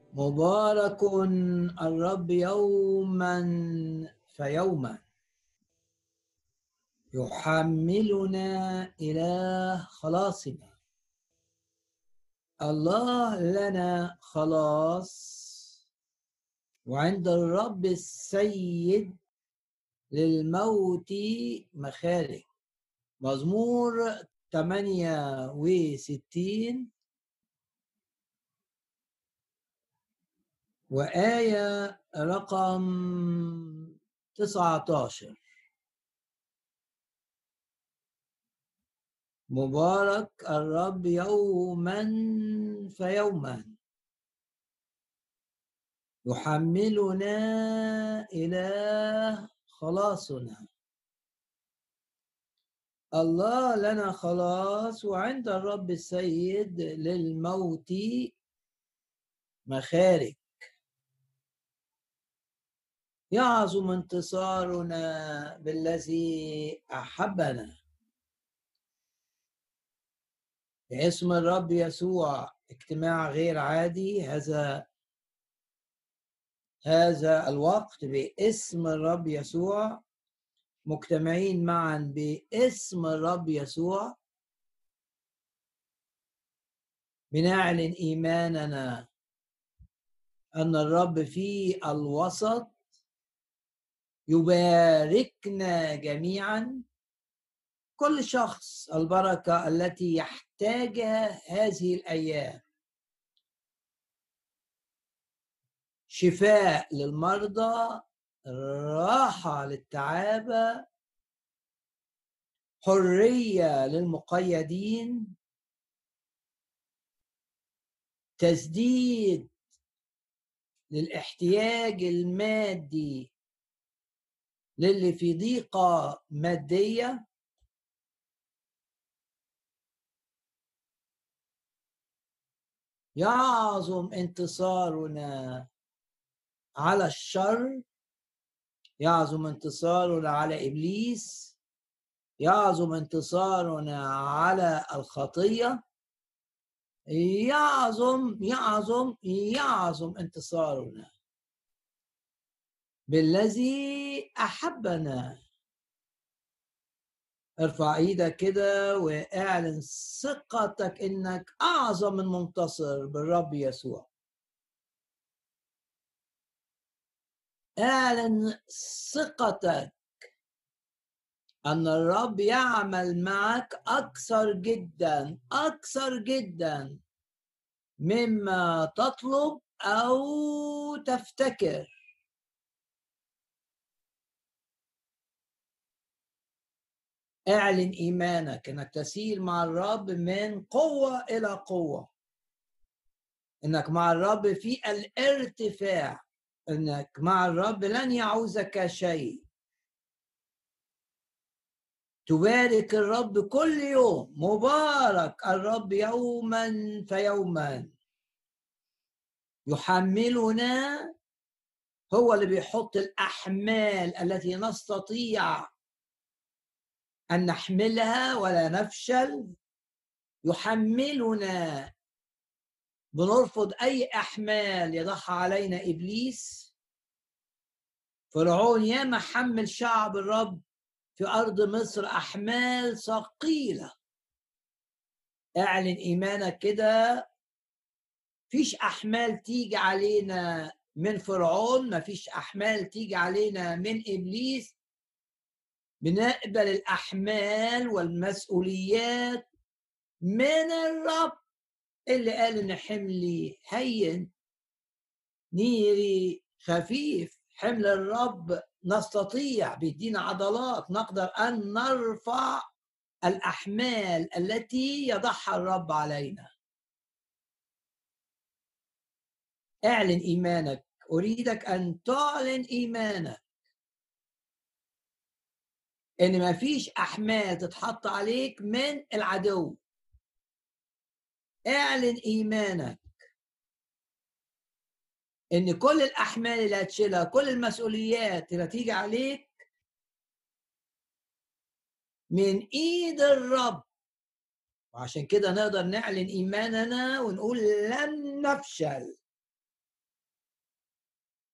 مبارك الرب يوما فيوما يحملنا إلى خلاصنا. الله لنا خلاص، وعند الرب السيد للموت مخارج. مزمور 68 وآية رقم 19. مبارك الرب يوما فيوما يحملنا إلى خلاصنا. الله لنا خلاص، وعند الرب السيد للموت مخارج. يعظم انتصارنا بالذي أحبنا. باسم الرب يسوع، اجتماع غير عادي هذا الوقت باسم الرب يسوع، مجتمعين معا باسم الرب يسوع، بنعلن إيماننا أن الرب في الوسط يباركنا جميعا، كل شخص البركة التي يحتاجها هذه الأيام. شفاء للمرضى، راحة للتعابة، حرية للمقيدين، تسديد للاحتياج المادي للي في ضيقة مادية. يعظم انتصارنا على الشر، يعظم انتصارنا على إبليس، يعظم انتصارنا على الخطية، يعظم انتصارنا بالذي أحبنا. ارفع ايدك كده واعلن ثقتك انك اعظم من منتصر بالرب يسوع. اعلن ثقتك ان الرب يعمل معك اكثر جدا مما تطلب او تفتكر. اعلن ايمانك انك تسير مع الرب من قوة الى قوة، انك مع الرب في الارتفاع، انك مع الرب لن يعوزك شيء. تبارك الرب كل يوم. مبارك الرب يوما فيوما يحملنا. هو اللي بيحط الأحمال التي نستطيع أن نحملها ولا نفشل. يحملنا، بنرفض أي أحمال يضعها علينا إبليس. فرعون ياما حمل شعب الرب في أرض مصر أحمال ثقيلة. اعلن إيمانك كده. فيش أحمال تيجي علينا من فرعون، مفيش أحمال تيجي علينا من إبليس. بنقبل الأحمال والمسؤوليات من الرب اللي قال إن حملي هين نيري خفيف. حمل الرب نستطيع، بيدينا عضلات نقدر أن نرفع الأحمال التي يضعها الرب علينا. اعلن إيمانك. أريدك أن تعلن إيمانك إن ما فيش أحمال تتحط عليك من العدو. اعلن إيمانك إن كل الأحمال اللي هتشيلها، كل المسؤوليات اللي هتيجي عليك من إيد الرب. وعشان كده نقدر نعلن إيماننا ونقول لن نفشل.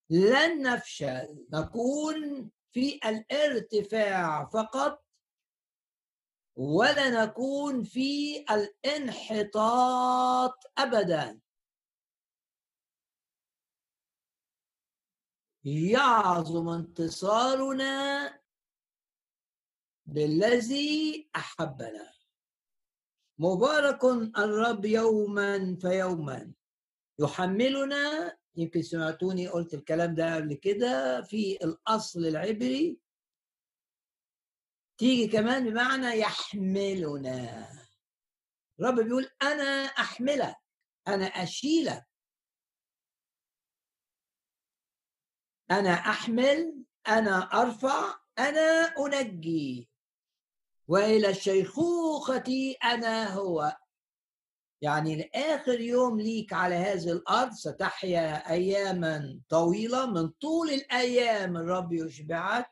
لن نفشل، نكون في الارتفاع فقط ولا نكون في الانحطاط أبدا. يعظم انتصارنا بالذي أحبنا. مبارك الرب يوما فيوما يحملنا. يمكن سمعتوني قلت الكلام ده قبل كده. في الأصل العبري تيجي كمان بمعنى يحملنا. الرب بيقول أنا أحملك، أنا أشيلك، أنا أحمل، أنا أرفع، أنا أنجي، وإلى الشيخوخة أنا هو. يعني لآخر يوم ليك على هذه الأرض ستحيا أياما طويلة، من طول الأيام الرب يشبعك،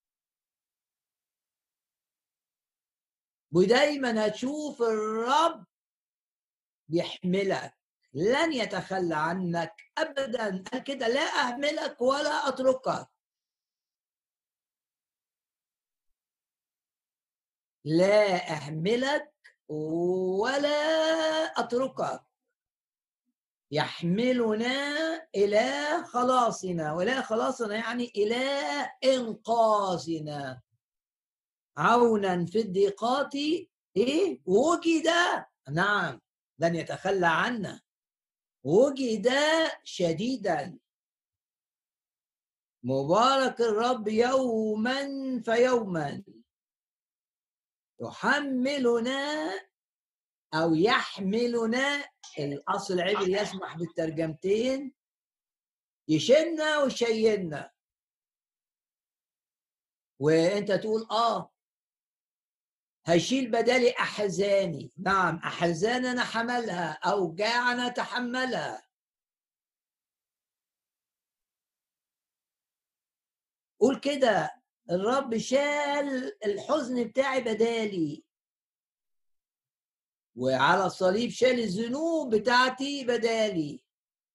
ودايما هتشوف الرب يحملك، لن يتخلى عنك أبدا. قال كده لا أهملك ولا أتركك. لا أهملك ولا أتركك. يحملنا إلى خلاصنا، وإلى خلاصنا يعني إلى إنقاذنا. عونا في الضيقات إيه وجد، نعم لن يتخلى عنا، وجد شديدا. مبارك الرب يوما فيوما يحملنا أو يحملنا. الأصل العبري يسمح بالترجمتين، يشيلنا ويشيلنا. وانت تقول هيشيل بدالي احزاني. نعم، احزاننا حملها، اوجاعنا تحملها. قول كده الرب شال الحزن بتاعي بدالي، وعلى الصليب شال الذنوب بتاعتي بدالي،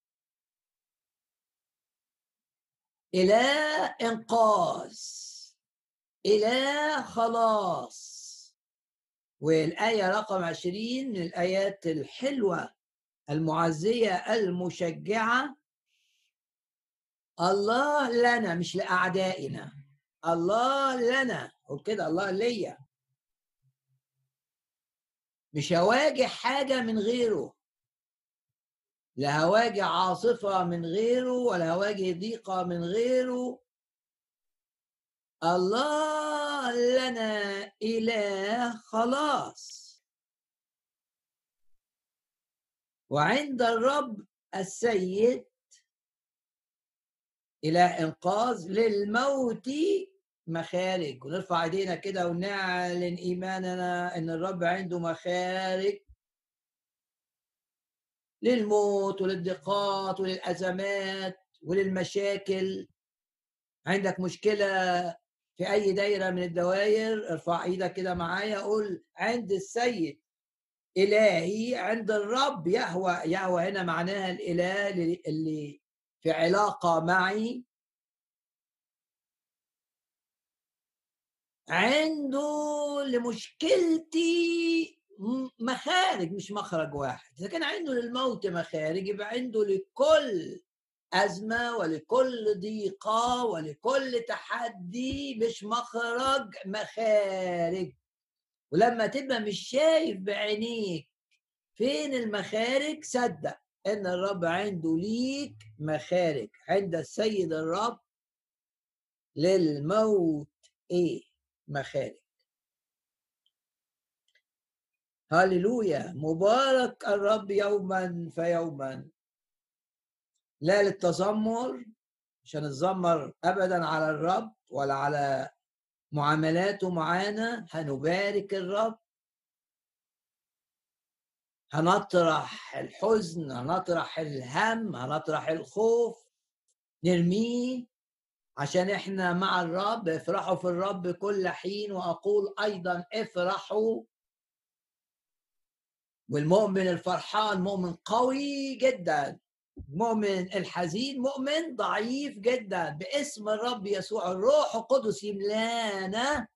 الى انقاذ، الى خلاص. والآية رقم 20 من الآيات الحلوة المعزية المشجعة. الله لنا مش لأعدائنا، الله لنا. قول كده الله ليا. مش هواجه حاجة من غيره، لا هواجه عاصفة من غيره ولا هواجه ضيقة من غيره. الله لنا إله خلاص، وعند الرب السيد إلى إنقاذ للموت مخارج. ونرفع ايدينا كده ونعلن إيماننا إن الرب عنده مخارج للموت وللضيقات وللأزمات وللمشاكل. عندك مشكلة في أي دايرة من الدوائر، ارفع ايدك كده معايا، قول عند السيد إلهي، عند الرب يهوى. يهوى هنا معناها الإله اللي في علاقة معي، عنده لمشكلتي مخارج، مش مخرج واحد. إذا كان عنده للموت مخارج، يبقى عنده لكل أزمة ولكل ضيقة ولكل تحدي مش مخرج، مخارج. ولما تبقى مش شايف بعينيك فين المخارج، صدق إن الرب عنده ليك مخارج. عند السيد الرب للموت مخارج. هللويا. مبارك الرب يوما فيوما. لا للتذمر، مش هنتذمر ابدا على الرب ولا على معاملاته معانا. هنبارك الرب، هنطرح الحزن، هنطرح الهم، هنطرح الخوف، نرميه عشان احنا مع الرب. افرحوا في الرب كل حين، واقول ايضا افرحوا. والمؤمن الفرحان مؤمن قوي جدا، مؤمن الحزين مؤمن ضعيف جدا. باسم الرب يسوع الروح القدس يملانا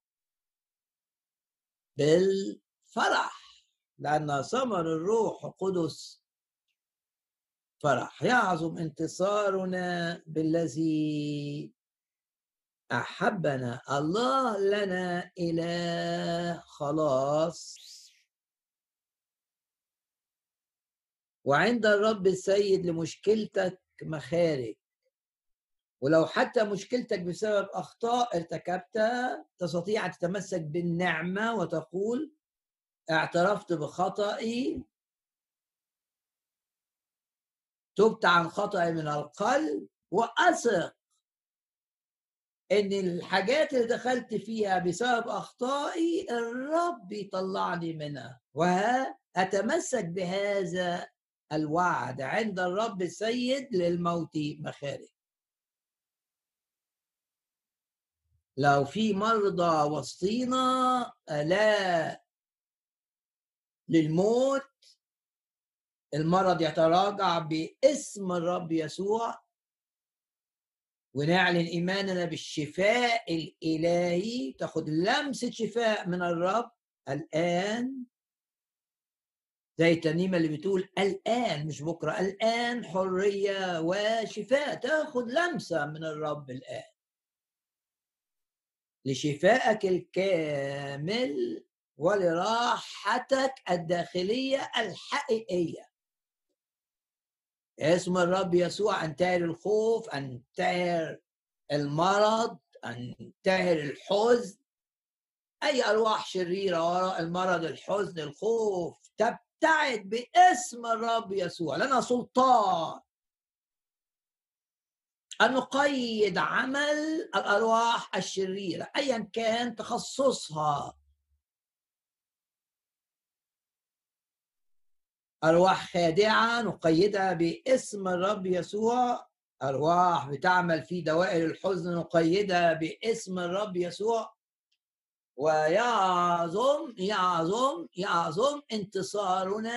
بالفرح، لأن ثمر الروح القدس فرح. يعظم انتصارنا بالذي أحبنا. الله لنا إله خلاص، وعند الرب السيد لمشكلتك مخارج. ولو حتى مشكلتك بسبب أخطاء ارتكبتها، تستطيع أن تتمسك بالنعمة وتقول اعترفت بخطئي، تبت عن خطئي من القلب، وأثق إن الحاجات اللي دخلت فيها بسبب أخطائي الرب يطلعني منها. وأتمسك بهذا الوعد، عند الرب السيد للموت مخارج. لو في مرضى وسطينا لا للموت، المرض يتراجع باسم الرب يسوع، ونعلن إيماننا بالشفاء الإلهي. تاخد لمسة شفاء من الرب الآن، زي الترنيمة اللي بتقول الآن، مش بكرة، الآن حرية وشفاء. تاخد لمسة من الرب الآن لشفائك الكامل ولراحتك الداخلية الحقيقية. اسم الرب يسوع انتهر الخوف، انتهر المرض، انتهر الحزن. أي أرواح شريرة وراء المرض، الحزن، الخوف، تبتعد باسم الرب يسوع. لنا سلطان أن نقيد عمل الأرواح الشريرة أيا كان تخصصها. أرواح خادعة نقيدها باسم الرب يسوع. أرواح بتعمل في دوائر الحزن نقيدها باسم الرب يسوع. ويعظم يعظم يعظم انتصارنا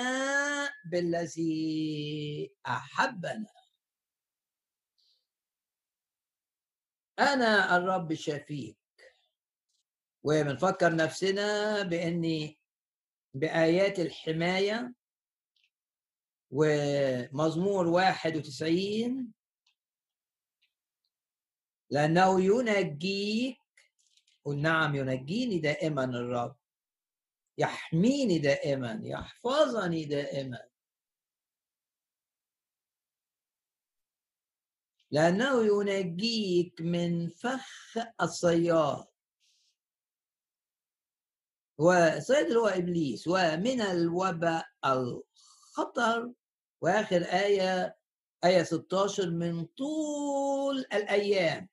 بالذي أحبنا. أنا الرب شفيك. وبنفكر نفسنا بأني بآيات الحماية ومزمور 91، لأنه ينجيك. قل نعم ينجيني دائما الرب، يحميني دائما، يحفظني دائما، لأنه ينجيك من فخ الصياد. والصيد اللي هو إبليس، ومن الوباء الخطر. وآخر آية، آية 16، من طول الأيام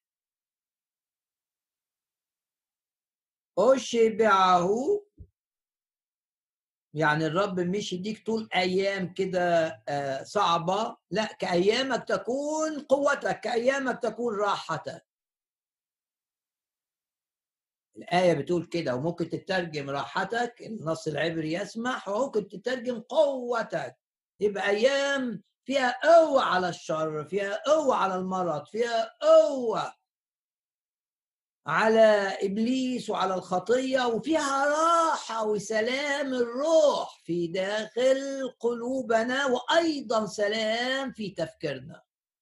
أشبعه. يعني الرب مش يديك طول أيام كده صعبة، لا، كأيامك تكون قوتك، كأيامك تكون راحتك. الآية بتقول كده، وممكن تترجم راحتك، النص العبري يسمح، وممكن تترجم قوتك. يبقى أيام فيها قوة على الشر، فيها قوة على المرض، فيها قوة على إبليس وعلى الخطية، وفيها راحة وسلام الروح في داخل قلوبنا، وأيضا سلام في تفكيرنا.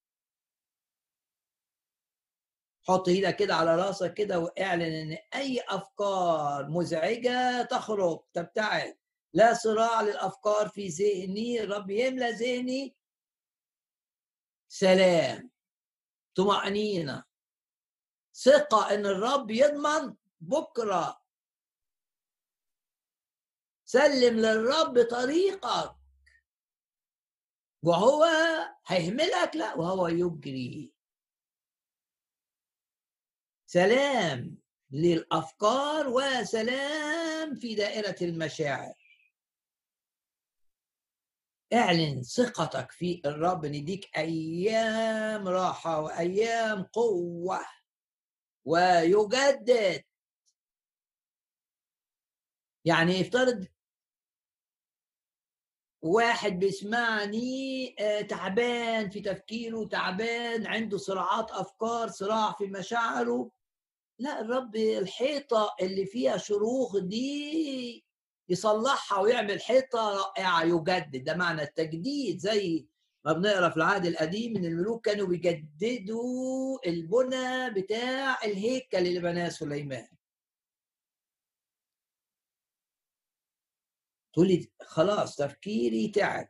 حط ايدك كده على راسك كده واعلن ان اي افكار مزعجه تخرج، تبتعد. لا صراع للافكار في ذهني، الرب يملى ذهني سلام، طمأنينة، ثقة ان الرب يضمن بكره. سلم للرب طريقك وهو هيهملك، لا، وهو يجري. سلام للافكار وسلام في دائرة المشاعر. اعلن ثقتك في الرب ان يديك ايام راحه وايام قوه ويجدد. يعني افترض واحد بيسمعني تعبان في تفكيره، تعبان، عنده صراعات أفكار، صراع في مشاعره، لا، الرب الحيطة اللي فيها شروخ دي يصلحها ويعمل حيطة رائعة، يجدد. ده معنى التجديد، زي ما بنقرا في العهد القديم ان الملوك كانوا بيجددوا البنى بتاع الهيكل اللي بناه سليمان. تقولي خلاص تفكيري تعب،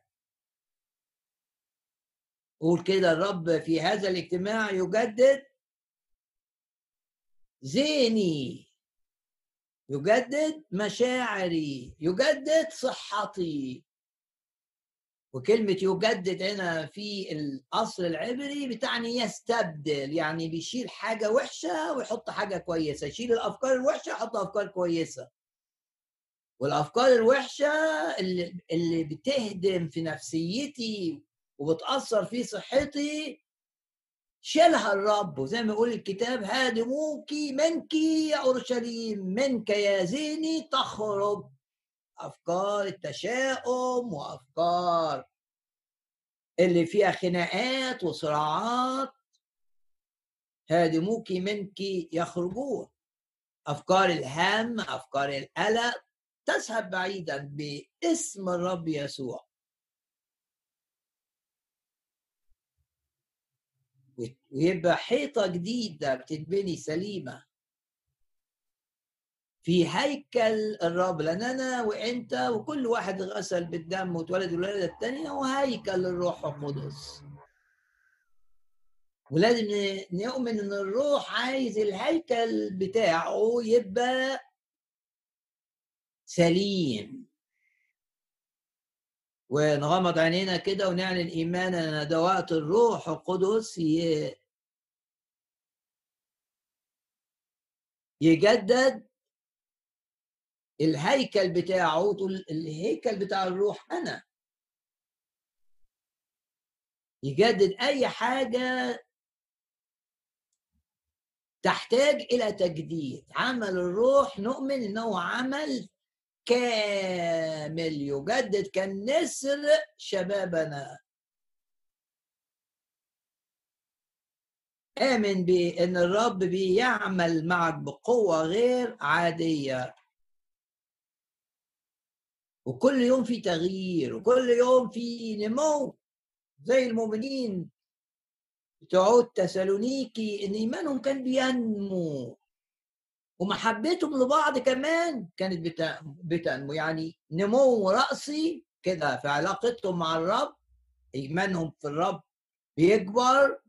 قول كده: الرب في هذا الاجتماع يجدد ذهني، يجدد مشاعري، يجدد صحتي. وكلمة يجدد هنا في الأصل العبري بتعني يستبدل، يعني بيشيل حاجة وحشة ويحط حاجة كويسة، يشيل الأفكار الوحشة يحط أفكار كويسة. والأفكار الوحشة اللي بتهدم في نفسيتي وبتأثر في صحتي شيلها الرب. وزي ما يقول الكتاب: هادموك منك يا أورشليم، منك يا زيني تخرج أفكار التشاؤم وأفكار اللي فيها خناقات وصراعات. هادموك منك يخرجون. أفكار الهم، أفكار القلق تذهب بعيدا باسم الرب يسوع. ويبقى حيطة جديدة بتتبني سليمة في هيكل الرب، لأن أنا وإنت وكل واحد غسل بالدم واتولد الولادة الثانية وهيكل الروح القدس. ولازم نؤمن ان الروح عايز الهيكل بتاعه يبقى سليم. ونغمض عينينا كده ونعلن ايماننا ده وقت الروح القدس يجدد الهيكل بتاعه. تقول الهيكل بتاع الروح انا، يجدد اي حاجه تحتاج الى تجديد. عمل الروح نؤمن انه عمل كامل يجدد كالنسر شبابنا. آمن بأن الرب بيعمل معك بقوة غير عادية، وكل يوم في تغيير وكل يوم في نمو. زي المؤمنين بتوع تسالونيكي ان ايمانهم كان بينمو ومحبتهم لبعض كمان كانت بتنمو، يعني نمو رأسي كده في علاقتهم مع الرب. ايمانهم في الرب بيكبر،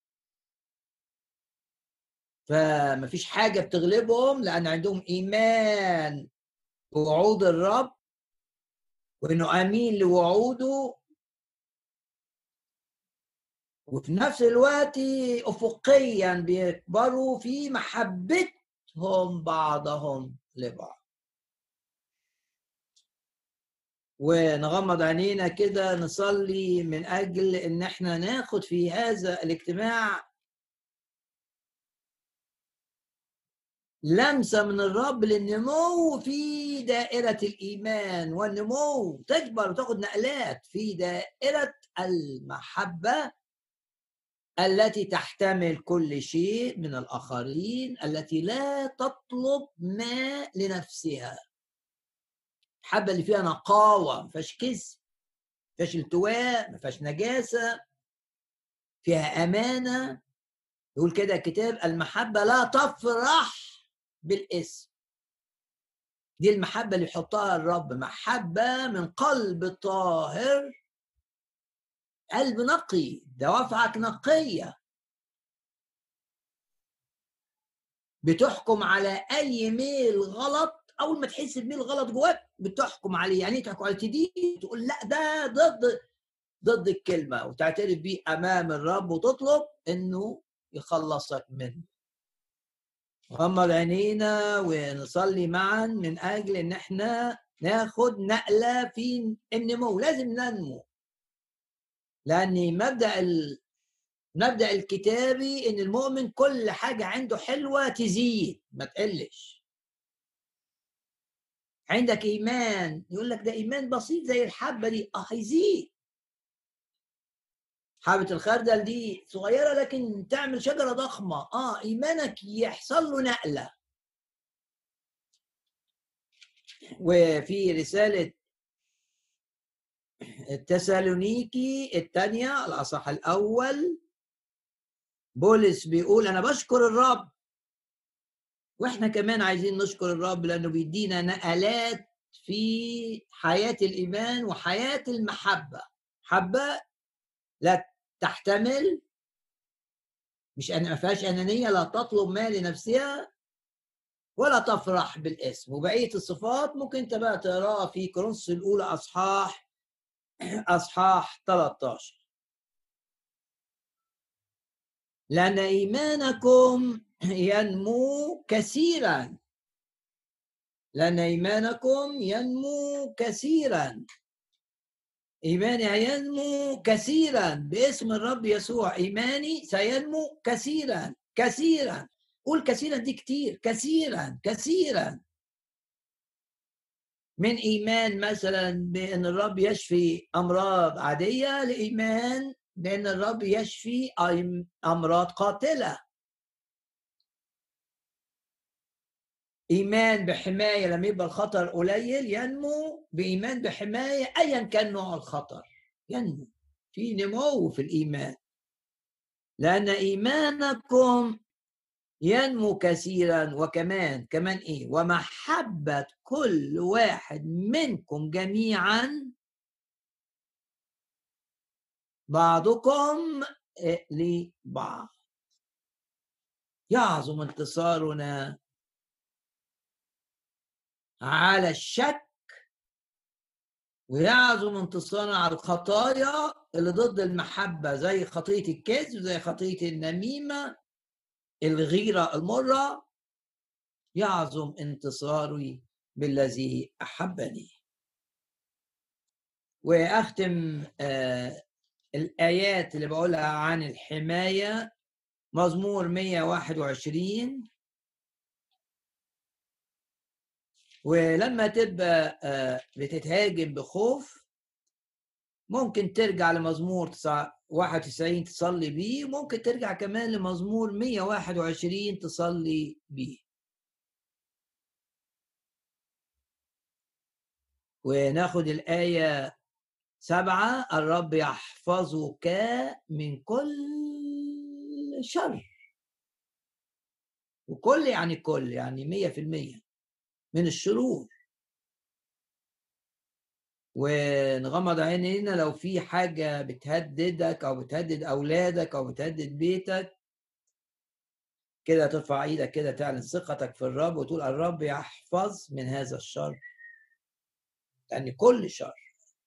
فمفيش حاجة بتغلبهم لأن عندهم إيمان بوعود الرب وإنه أمين لوعوده. وفي نفس الوقت أفقيا بيكبروا في محبتهم بعضهم لبعض. ونغمض عينينا كده نصلي من أجل إن احنا ناخد في هذا الاجتماع لمسة من الرب للنمو في دائرة الإيمان، والنمو تكبر وتاخد نقلات في دائرة المحبة التي تحتمل كل شيء من الآخرين، التي لا تطلب ما لنفسها. الحبة اللي فيها نقاوة، ما فيهاش كذب، ما فيهاش التواء، ما فيهاش نجاسة، فيها أمانة. يقول كده الكتاب: المحبة لا تفرح بالاسم. دي المحبة اللي يحطها الرب، محبة من قلب طاهر، قلب نقي، دوافعك نقية، بتحكم على أي ميل غلط. أول ما تحس بميل غلط جواك بتحكم عليه. يعني تحكم على تدين، تقول لا ده ضد الكلمة، وتعترف بيه أمام الرب وتطلب إنه يخلصك منه. غمض عينينا ونصلي معا من أجل إن احنا ناخد نقلة في النمو. لازم ننمو، لأن مبدأ الكتابي إن المؤمن كل حاجة عنده حلوة تزيد ما تقلش. عندك إيمان، يقول لك ده إيمان بسيط زي الحبة دي، هيزيد. حبة الخردل دي صغيرة لكن تعمل شجرة ضخمة. إيمانك يحصل له نقلة. وفي رسالة التسالونيكي الثانية الأصحاح الأول بولس بيقول أنا بشكر الرب، وإحنا كمان عايزين نشكر الرب لأنه بيدينا نقلات في حياة الإيمان وحياة المحبة. حبة لا تحتمل، مش ما فيهاش أنانية، لا تطلب ما لنفسها ولا تفرح بالاسم. وبقية الصفات ممكن انت بقى تقراها في كورنثوس الأولى أصحاح 13. لأن إيمانكم ينمو كثيرا، لأن إيمانكم ينمو كثيرا. إيماني هينمو كثيرا باسم الرب يسوع. إيماني سينمو كثيرا كثيرا. قول كثيرا دي كتير، كثيرا كثيرا. من إيمان مثلا بأن الرب يشفي أمراض عادية لإيمان بأن الرب يشفي أمراض قاتلة. إيمان بحماية لما يبقى الخطر قليل ينمو بإيمان بحماية أيا كان نوع الخطر، ينمو في نمو في الإيمان. لأن إيمانكم ينمو كثيرا، وكمان إيه؟ ومحبة كل واحد منكم جميعا بعضكم لبعض. يعظم انتصارنا على الشك، ويعظم انتصارنا على الخطايا اللي ضد المحبة، زي خطية الكذب، زي خطية النميمة، الغيرة المرة. يعظم انتصاري بالذي أحبني. وأختم الآيات اللي بقولها عن الحماية. مزمور 121. ولما تبقى بتتهاجم بخوف ممكن ترجع لمزمور 91 تصلي بيه، وممكن ترجع كمان لمزمور 121 تصلي بيه. وناخد الآية 7: الرب يحفظك من كل شر. وكل يعني كل، يعني 100% من الشرور. ونغمض عينينا لو في حاجة بتهددك أو بتهدد أولادك أو بتهدد بيتك كده، ترفع ايدك كده، تعلن ثقتك في الرب وتقول الرب يحفظ من هذا الشر. يعني كل شر.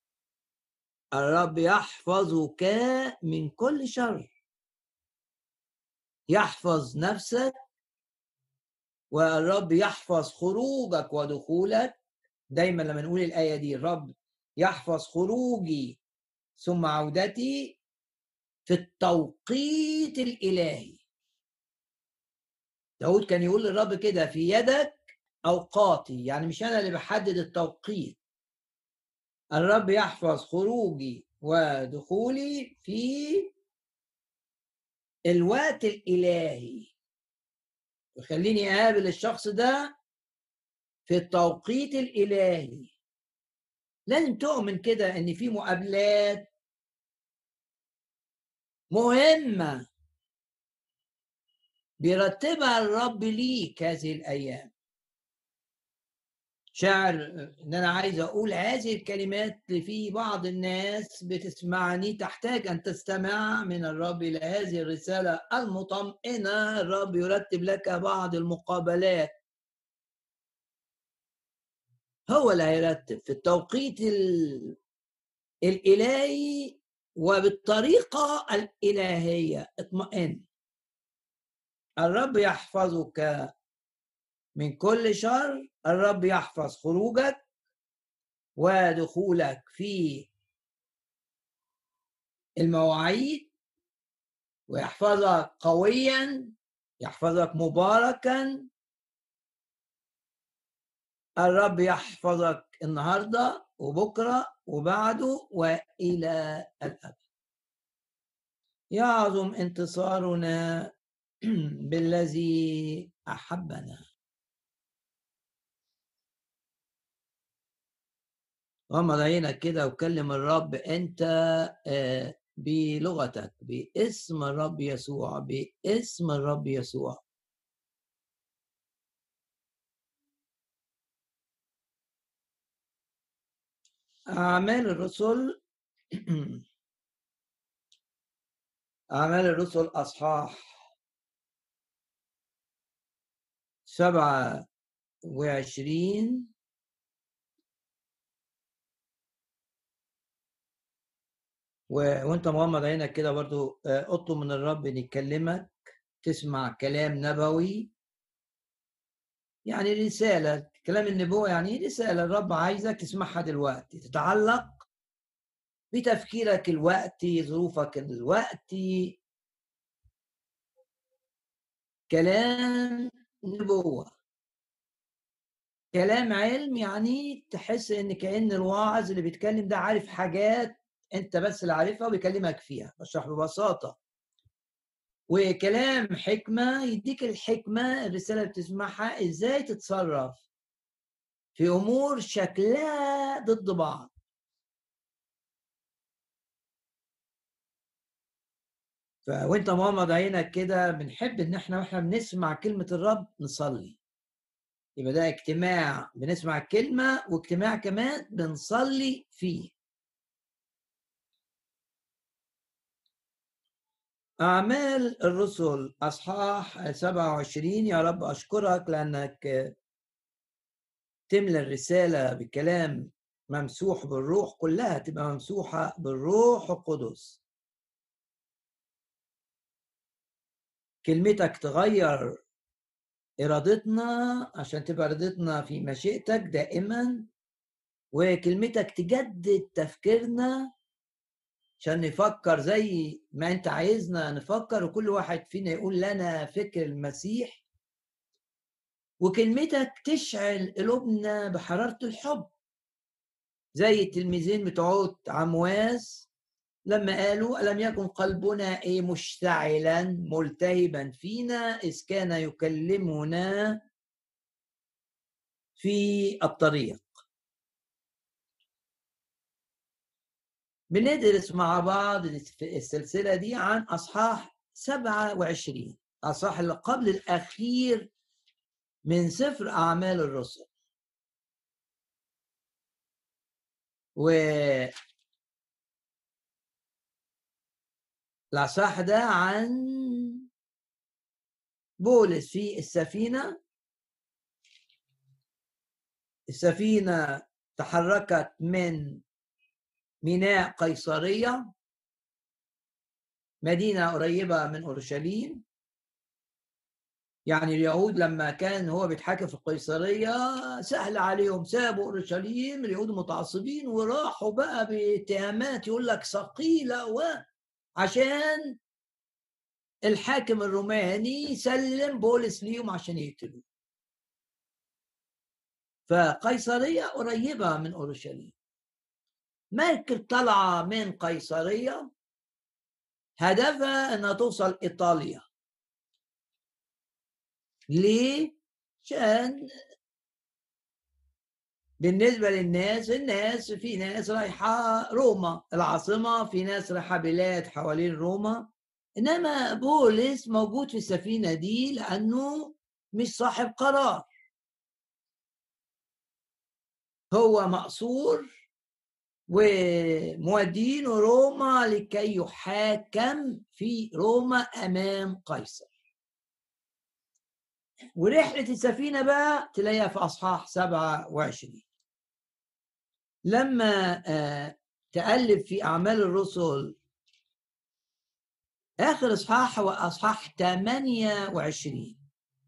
الرب يحفظك من كل شر. يحفظ نفسك، والرب يحفظ خروجك ودخولك. دايما لما نقول الآية دي الرب يحفظ خروجي ثم عودتي في التوقيت الإلهي. داود كان يقول للرب كده في يدك أوقاتي، يعني مش أنا اللي بحدد التوقيت. الرب يحفظ خروجي ودخولي في الوقت الإلهي، وخليني أقابل الشخص ده في التوقيت الإلهي. لازم تؤمن كده إن في مقابلات مهمة بيرتبها الرب ليك هذه الأيام. شاعر ان انا عايز اقول هذه الكلمات في بعض الناس بتسمعني، تحتاج ان تستمع من الرب الى هذه الرساله المطمئنه. الرب يرتب لك بعض المقابلات، هو اللي هيرتب في التوقيت الالهي وبالطريقه الالهيه. اطمئن. الرب يحفظك من كل شر. الرب يحفظ خروجك ودخولك في المواعيد، ويحفظك قويا، يحفظك مباركا. الرب يحفظك النهارده وبكره وبعده والى الابد. يعظم انتصارنا بالذي احبنا. غمض عينك كده وكلم الرب انت بلغتك، باسم الرب يسوع، باسم الرب يسوع. أعمال الرسل أعمال الرسل أصحاح 27. وانت مغمض عينك كده برضو اطلب من الرب ان يكلمك، تسمع كلام نبوي، يعني رسالة. كلام النبوة يعني رسالة الرب عايزك تسمعها دلوقتي، تتعلق بتفكيرك الوقتي، ظروفك الوقتي. كلام نبوة، كلام علم، يعني تحس ان كأن الواعظ اللي بيتكلم ده عارف حاجات انت بس اللي عارفها وبيكلمك فيها. بشرح ببساطة. وكلام حكمة، يديك الحكمة، الرسالة اللي بتسمعها ازاي تتصرف في امور شكلها ضد بعض. وانت مغمض عينك كده، بنحب ان احنا واحنا بنسمع كلمة الرب نصلي. يبقى ده اجتماع بنسمع الكلمة، واجتماع كمان بنصلي فيه. أعمال الرسل أصحاح 27. يا رب أشكرك لأنك تملى الرسالة بكلام ممسوح بالروح، كلها تبقى ممسوحة بالروح القدس. كلمتك تغير إرادتنا عشان تبقى إرادتنا في مشيئتك دائما، وكلمتك تجدد تفكيرنا عشان نفكر زي ما أنت عايزنا نفكر، وكل واحد فينا يقول لنا فكر المسيح. وكلمتك تشعل قلوبنا بحرارة الحب، زي التلميذين بتوع عمواس لما قالوا ألم يكن قلبنا مشتعلا ملتهبا فينا إذ كان يكلمنا في الطريق. بندرس مع بعض السلسلة دي عن أصحاح 27، أصحاح اللي قبل الأخير من سفر أعمال الرسل. والأصحاح ده عن بولس في السفينة. السفينة تحركت من ميناء قيصرية، مدينة قريبة من أورشليم. يعني اليهود لما كان هو بيتحاكم في قيصرية سهل عليهم، سابوا أورشليم اليهود متعصبين وراحوا بقى باتهامات يقول لك ثقيلة، عشان الحاكم الروماني سلم بولس ليهم عشان يقتلوه. فقيصرية قريبة من أورشليم. مركب طالعة من قيصرية هدفها انها توصل ايطاليا. ليه؟ عشان بالنسبة للناس، في ناس رايحة روما العاصمة، في ناس رايحة بلاد حوالين روما. إنما بولس موجود في السفينة دي لأنه مش صاحب قرار، هو مأسور ومودينه روما لكي يحاكم في روما أمام قيصر. ورحلة السفينة بقى تلاقيها في أصحاح 27. لما تقلب في أعمال الرسل، آخر إصحاح هو أصحاح 28.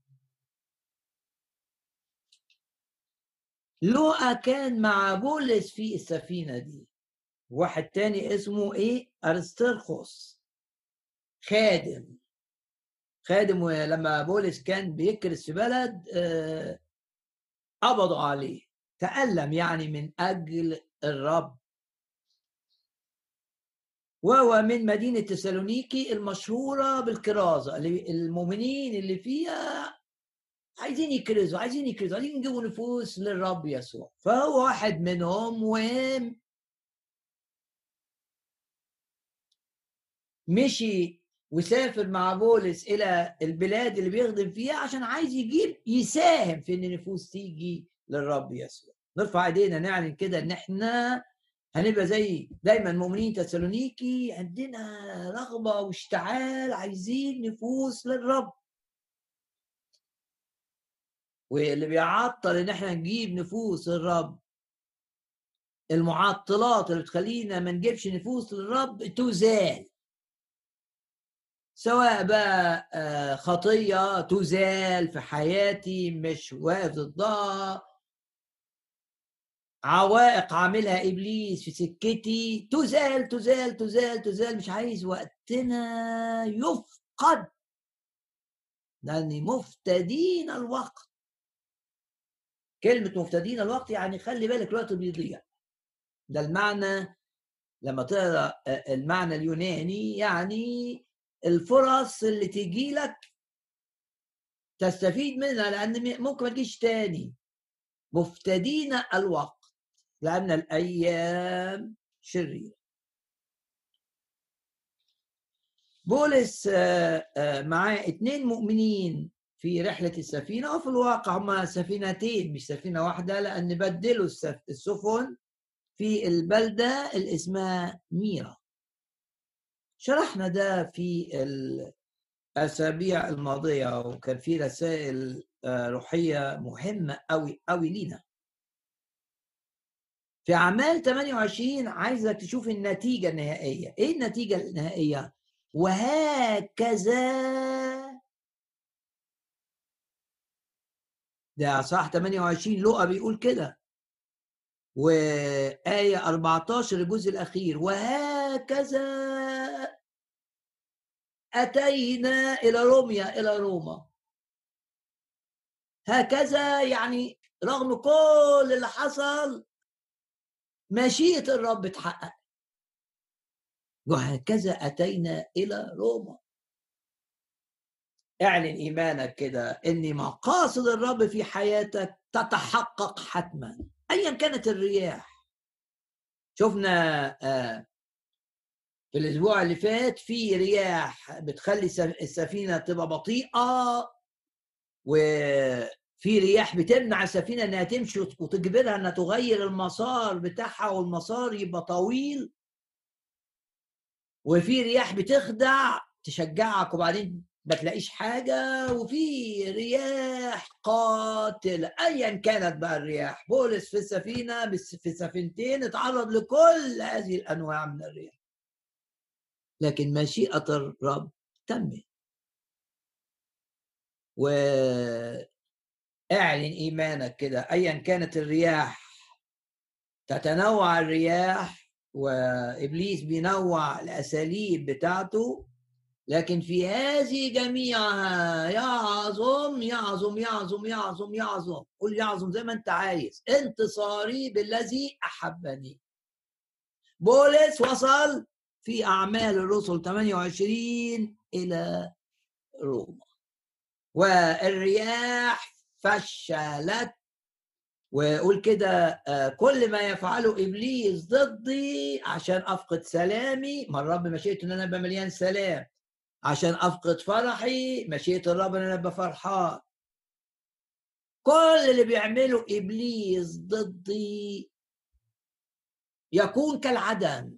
لوقا كان مع بولس في السفينة دي. واحد تاني اسمه أرسترخوس، خادم. ولما بولس كان بيكرس في بلد قبضوا عليه، تألم يعني من أجل الرب. وهو من مدينة تسالونيكي المشهورة بالكرازة، المؤمنين اللي فيها عايزين يكرزوا، عايزين يجيبوا نفوس للرب يسوع. فهو واحد منهم، ومشي وسافر مع بولس إلى البلاد اللي بيخدم فيها عشان عايز يساهم في إن النفوس تيجي للرب يسوع. نرفع ايدينا نعلن كده إن احنا هنبقى زي دايما مؤمنين تسالونيكي، عندنا رغبة واشتعال، عايزين نفوس للرب. واللي بيعطل ان احنا نجيب نفوس للرب، المعطلات اللي بتخلينا ما نجيبش نفوس للرب تزال، سواء بقى خطية تزال في حياتي مش واقف ضدها، عوائق عاملها إبليس في سكتي تزال تزال تزال تزال. مش عايز وقتنا يفقد، لأن مفتدين الوقت. كلمة مفتدين الوقت يعني خلي بالك الوقت بيضيع. ده المعنى لما تقرأ المعنى اليوناني، يعني الفرص اللي تيجي لك تستفيد منها لأن ممكن ما تجيش تاني. مفتدين الوقت لأن الأيام شريرة. بولس معاه 2 مؤمنين في رحلة السفينة، وفي الواقع هما سفينتين مش سفينة واحدة، لأن بدلوا السفن في البلدة اللي اسمها ميرا. شرحنا ده في الأسابيع الماضية، وكان في رسائل روحية مهمة أوي أوي لينا. في أعمال 28 عايزك تشوف النتيجة النهائية. إيه النتيجة النهائية؟ وهكذا، ده صح 28 لقا بيقول كده، وآية 14 الجزء الأخير، وهكذا أتينا إلى روميا، إلى روما. هكذا يعني رغم كل اللي حصل مشيئة الرب اتحقق، وهكذا أتينا إلى روما. اعلن إيمانك كده إن مقاصد الرب في حياتك تتحقق حتما أيا كانت الرياح. شفنا في الأسبوع اللي فات في رياح بتخلي السفينة تبقى بطيئة، وفي رياح بتمنع السفينة إنها تمشي وتجبرها إنها تغير المسار بتاعها والمسار يبقى طويل، وفي رياح بتخدع تشجعك وبعدين ما تلاقيش حاجة، وفي رياح قاتلة أيا كانت بقى الرياح. بولس في السفينة في السفينتين اتعرض لكل هذه الأنواع من الرياح، لكن مشيئة الرب تمت. واعلن إيمانك كده أيا كانت الرياح، تتنوع الرياح وإبليس بينوع الأساليب بتاعته، لكن في هذه جميعها يعظم يعظم يعظم يعظم يعظم، قل يعظم زي ما انت عايز، انتصاري بالذي أحبني. بولس وصل في أعمال الرسل 28 إلى روما، والرياح فشلت. وقول كده كل ما يفعله إبليس ضدي عشان أفقد سلامي، ما الرب مشيئته إن أنا أبقى مليان سلام، عشان أفقد فرحي مشيئة الرب إن أنا أبقى فرحان. كل اللي بيعمله إبليس ضدي يكون كالعدم.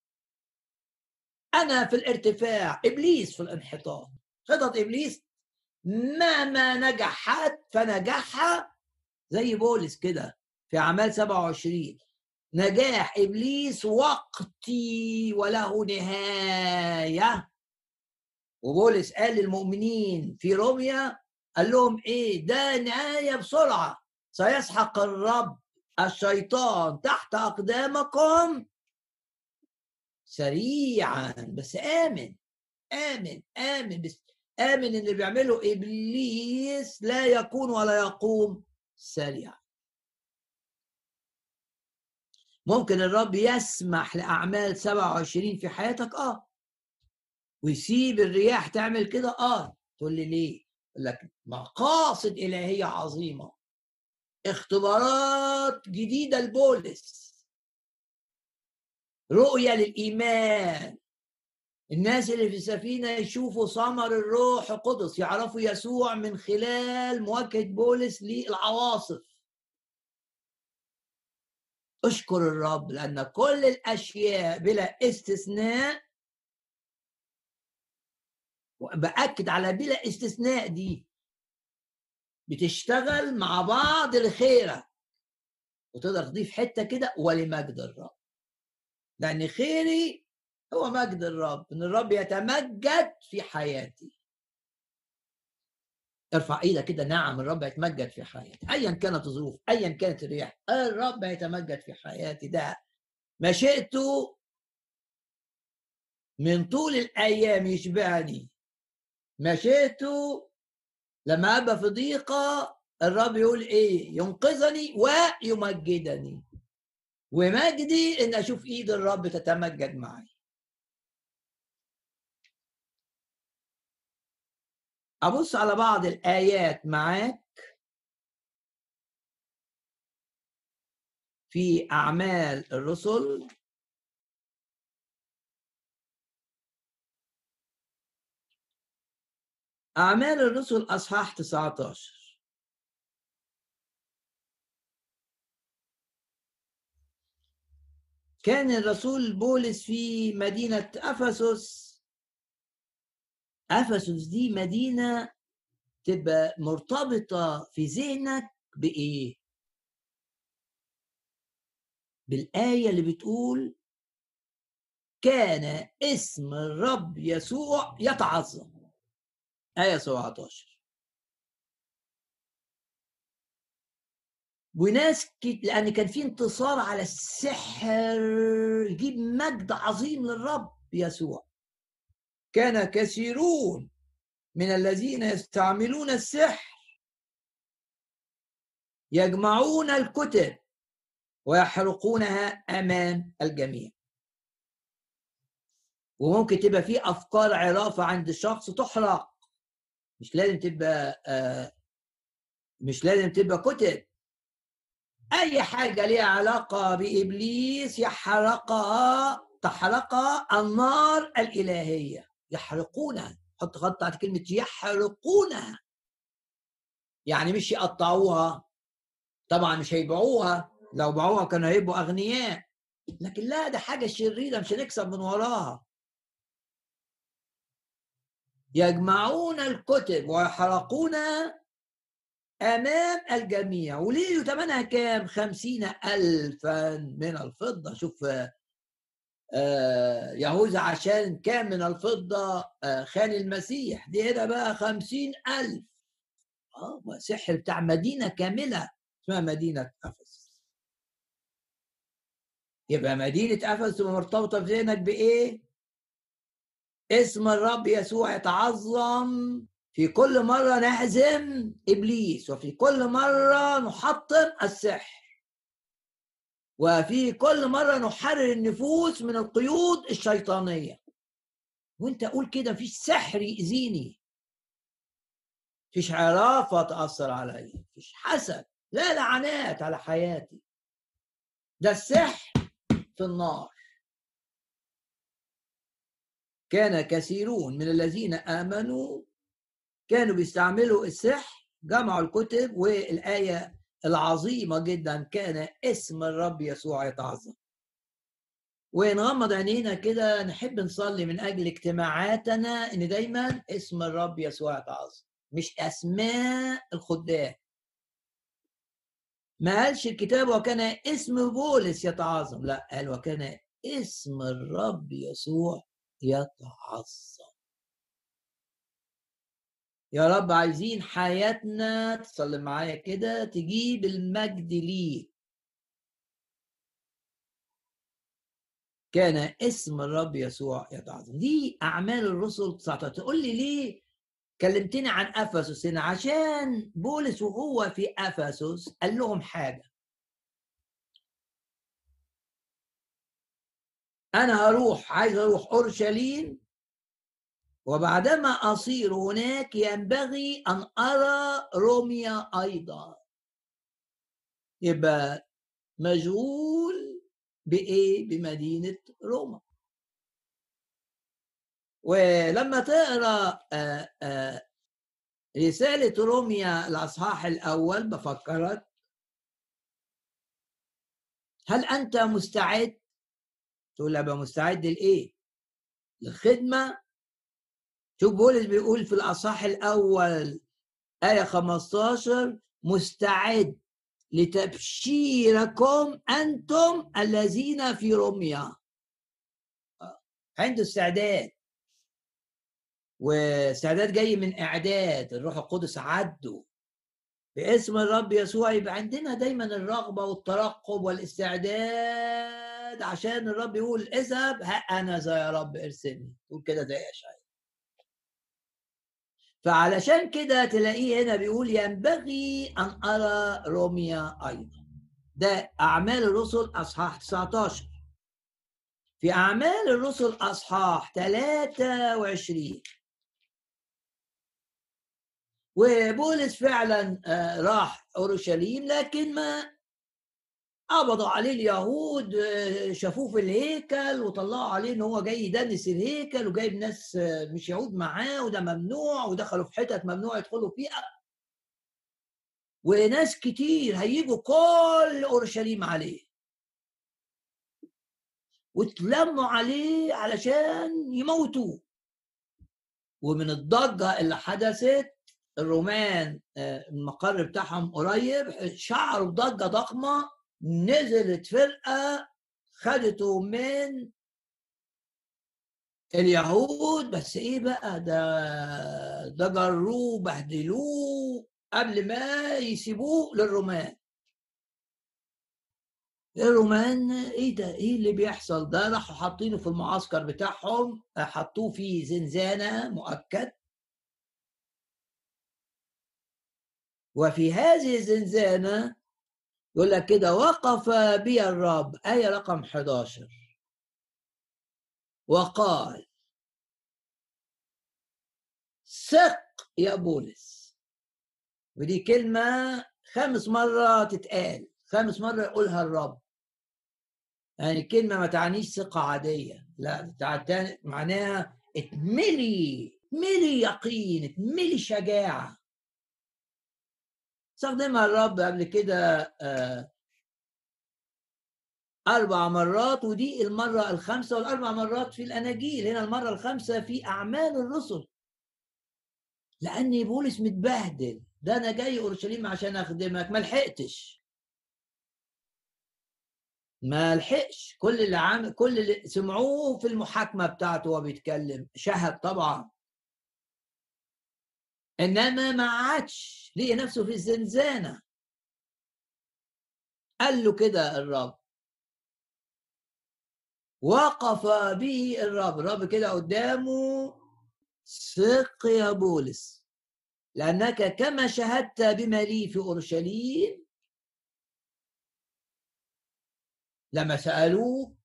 أنا في الارتفاع، إبليس في الانحطاط. خطط إبليس مهما نجحت فنجاحها زي بولس كده في أعمال 27، نجاح إبليس وقتي وله نهاية. وبولس قال للمؤمنين في روميا، قال لهم إيه ده؟ نهاية بسرعة، سيسحق الرب الشيطان تحت أقدامكم سريعا. بس آمن آمن آمن، بس آمن إن اللي بيعمله إبليس لا يكون ولا يقوم سريعا. ممكن الرب يسمح لأعمال 27 في حياتك ويسيب الرياح تعمل كده تقول لي ليه؟ يقول لك مقاصد إلهية عظيمة، اختبارات جديدة لبولس، رؤية للإيمان، الناس اللي في السفينة يشوفوا ثمر الروح القدس، يعرفوا يسوع من خلال مواجهة بولس للعواصف. اشكر الرب لأن كل الأشياء بلا استثناء، وبأكد على بلا استثناء دي، بتشتغل مع بعض لخيرك، وتقدر تضيف حتة كده ولمجد الرب، لأن خيري هو مجد الرب، إن الرب يتمجد في حياتي. ارفع ايدك كده، نعم الرب يتمجد في حياتي ايا كانت الظروف، ايا كانت الرياح، الرب يتمجد في حياتي. ده مشيئته من طول الايام يشبعني، مشيئته لما ابقى في ضيقه الرب يقول ايه؟ ينقذني ويمجدني، ومجدي ان اشوف ايد الرب تتمجد معي. ابص على بعض الايات معاك في اعمال الرسل. اعمال الرسل اصحاح 19. كان الرسول بولس في مدينة أفسس. أفسس دي مدينة تبقى مرتبطة في ذهنك بإيه؟ بالآية اللي بتقول كان اسم الرب يسوع يتعظم، آية 17. وناس لأن كان في انتصار على السحر، يجيب مجد عظيم للرب يسوع. كان كثيرون من الذين يستعملون السحر يجمعون الكتب ويحرقونها أمام الجميع. وممكن تبقى في أفكار عرافة عند الشخص تحرق، مش لازم تبقى كتب. أي حاجة ليها علاقة بإبليس تحرقها النار الإلهية، يحرقونها. حط خط على كلمة يحرقونها، يعني مش يقطعوها، طبعا مش هيبيعوها، لو باعوها كانوا هيبقوا أغنياء، لكن لا، ده حاجة شريرة مش هنكسب من وراها. يجمعون الكتب ويحرقونها أمام الجميع. وليه ثمنها كام؟ 50,000 من الفضة. شوف يهوذا عشان كام من الفضة خان المسيح، دي هنا بقى 50,000. سحر بتاع مدينة كاملة اسمها مدينة أفسس. يبقى مدينة أفسس مرتبطة في ذهنك بإيه؟ اسم الرب يسوع يتعظم، في كل مرة نهزم إبليس، وفي كل مرة نحطم السحر، وفي كل مرة نحرر النفوس من القيود الشيطانية. وانت قول كده، مفيش سحر يأذيني، مفيش عرافة تأثر علي، مفيش حسد، لا لعنات على حياتي، ده السحر في النار. كان كثيرون من الذين آمنوا كانوا بيستعملوا السحر، جمعوا الكتب، والآية العظيمة جدا كان اسم الرب يسوع يتعظم. ونغمض عينينا كده، نحب نصلي من أجل اجتماعاتنا إن دايما اسم الرب يسوع يتعظم، مش أسماء الخدام. ما قالش الكتاب وكان اسم بولس يتعظم، لا، قال وكان اسم الرب يسوع يتعظم. يا رب عايزين حياتنا، تصلي معايا كده، تجيب المجد ليه. كان اسم الرب يسوع يتعظم. دي أعمال الرسل 19. تقول لي ليه كلمتني عن أفسس هنا؟ عشان بولس وهو في أفسس قال لهم حاجة. أنا عايز أروح أورشليم، وبعدما أصير هناك ينبغي أن أرى روميا أيضا. يبقى مشغول بإيه؟ بمدينة روما. ولما تقرأ رسالة روميا الأصحاح الأول، بفكرك، هل أنت مستعد؟ تقول أبقى مستعد لإيه؟ للخدمة. شوف بولس بيقول في الأصحاح الأول آية 15: مستعد لتبشيركم أنتم الذين في روميا. عنده استعداد، واستعداد جاي من إعداد الروح القدس عده باسم الرب يسوع. يبقى عندنا دايما الرغبة والترقب والاستعداد، عشان الرب يقول اذهب ها أنا ذا يا رب ارسلني. تقول كده زي إشعياء. فعلشان كده تلاقيه هنا بيقول ينبغي أن أرى روميا أيضا. ده أعمال الرسل أصحاح 19. في أعمال الرسل أصحاح 23 وبولس فعلا راح أورشليم، لكن ما قبضوا عليه اليهود، شافوه في الهيكل وطلعوا عليه ان هو جاي يدنس الهيكل وجايب ناس مش يهود معاه، وده ممنوع، ودخلوا في حتت ممنوع يدخلوا فيها، وناس كتير هيجوا كل اورشليم عليه واتلموا عليه علشان يموتوه. ومن الضجه اللي حدثت، الرومان المقر بتاعهم قريب شعروا بضجه ضخمه، نزلت فرقه خدته من اليهود، بس ايه بقى ده جروه بهدلوه قبل ما يسيبوه للرومان. الرومان ايه ده؟ ايه اللي بيحصل ده؟ راحوا حاطينه في المعسكر بتاعهم، حطوه في زنزانة مؤكد. وفي هذه الزنزانة يقول لك كده وقف بي الرب، آية رقم 11، وقال ثق يا بولس. ودي كلمة 5 مرات تتقال، 5 مرة يقولها الرب. يعني الكلمة ما تعنيش ثقة عادية، لا، معناها اتملي يقين، اتملي شجاعة. استخدمها الرب قبل كده 4 مرات، ودي المرة الخامسة، والأربع مرات في الأناجيل، هنا المرة الخامسة في أعمال الرسل. لأن بولس متبهدل، ده أنا جاي أورشليم عشان أخدمك، ما لحقتش، ما لحقش. كل اللي سمعوه في المحاكمة بتاعته وهو بيتكلم شهد طبعا، إنما ما عادش لقي نفسه في الزنزانة. قال له كده الرب، وقف به الرب كده قدامه: ثق يا بولس، لأنك كما شهدت بما لي في أورشليم لما سألوك،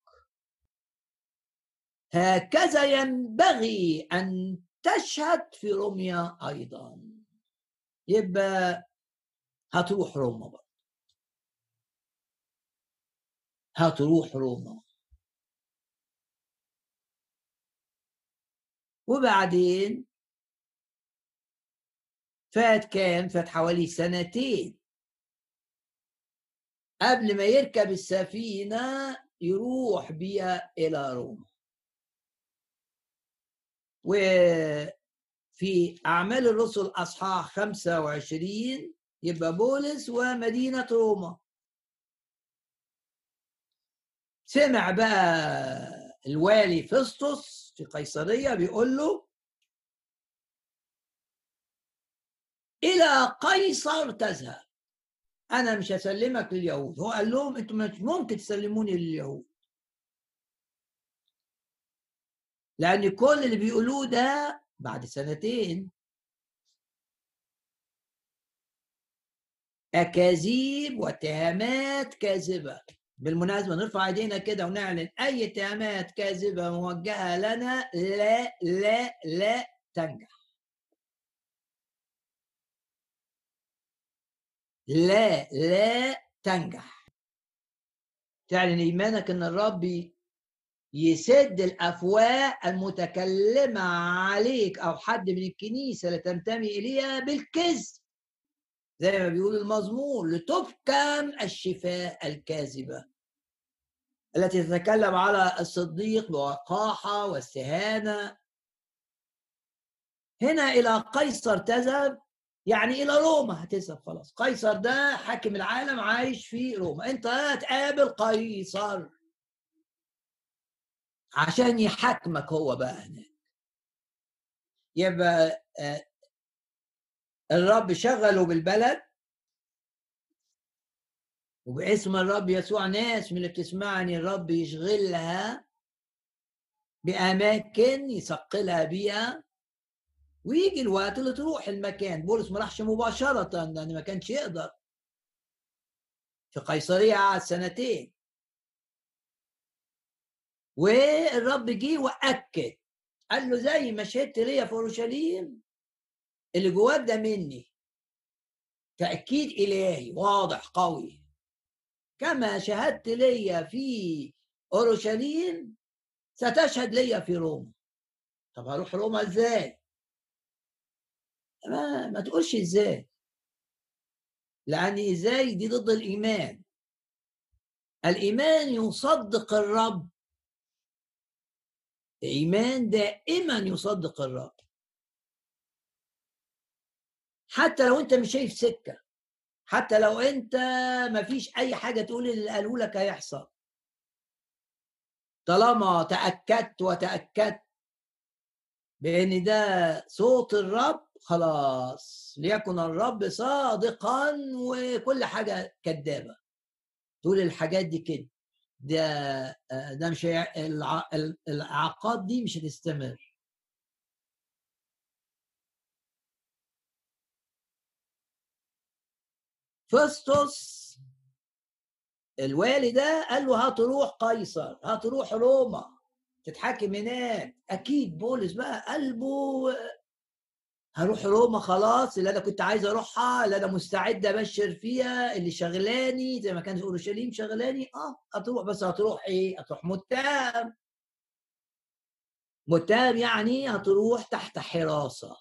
هكذا ينبغي أن تشهد في روميا أيضا. يبقى هتروح روما بقى، هتروح روما. وبعدين فات حوالي 2 قبل ما يركب السفينة يروح بيها إلى روما. وفي أعمال الرسل أصحاح 25 يبقى بولس ومدينة روما. سمع بقى الوالي فيسطس في قيصرية بيقول له إلى قيصر تذهب، أنا مش هسلمك لليهود. هو قال لهم أنتم مش ممكن تسلموني لليهود، لأن كل اللي بيقولوه ده بعد 2 أكاذيب واتهامات كاذبة بالمناسبة نرفع ايدينا كده ونعلن اي اتهامات كاذبة موجهة لنا لا لا لا تنجح. لا لا تنجح. تعلن ايمانك ان الرب يسد الافواه المتكلمة عليك او حد من الكنيسة اللي تنتمي اليها بالكذب، زي ما بيقول المزمور، لتبكم الشفاء الكاذبة التي تتكلم على الصديق بوقاحة واستهانة. هنا إلى قيصر تذهب، يعني إلى روما هتذهب. خلاص، قيصر ده حاكم العالم عايش في روما، أنت هتقابل قيصر عشان يحاكمك هو بقى هناك. يبقى الرب شغله بالبلد وباسم الرب يسوع. ناس من اللي بتسمعني الرب يشغلها بأماكن يثقلها بيها، ويجي الوقت اللي تروح المكان. بولس ما راحش مباشرة لأن ما كانش يقدر، في قيصرية قعد 2 سنين، والرب جه وأكد، قال له زي ما شهدت ليا في أورشليم اللي جواك ده مني، تأكيد إلهي واضح قوي، كما شهدت ليا في أورشليم ستشهد ليا في روما. طب هروح روما ازاي؟ ما تقولش ازاي، لأن ازاي دي ضد الإيمان. الإيمان يصدق الرب، الإيمان دائما يصدق الرب حتى لو أنت مش شايف سكة، حتى لو أنت ما فيش أي حاجة تقول اللي قالوا لك هيحصل. طالما تأكدت وتأكدت بأن ده صوت الرب، خلاص ليكن الرب صادقا وكل حاجة كذابة. تقول الحاجات دي كده، ده مش الإعاقات دي مش هتستمر. فستوس الوالي ده قال له هتروح قيصر، هتروح روما تتحاكم هناك. اكيد بولس بقى قلبه هروح روما، خلاص اللي انا كنت عايز اروحها، اللي انا مستعد ابشر فيها، اللي شغلاني زي ما كان في اورشليم شغلاني. هتروح، بس هتروح ايه؟ هتروح متهم. متهم يعني هتروح تحت حراسة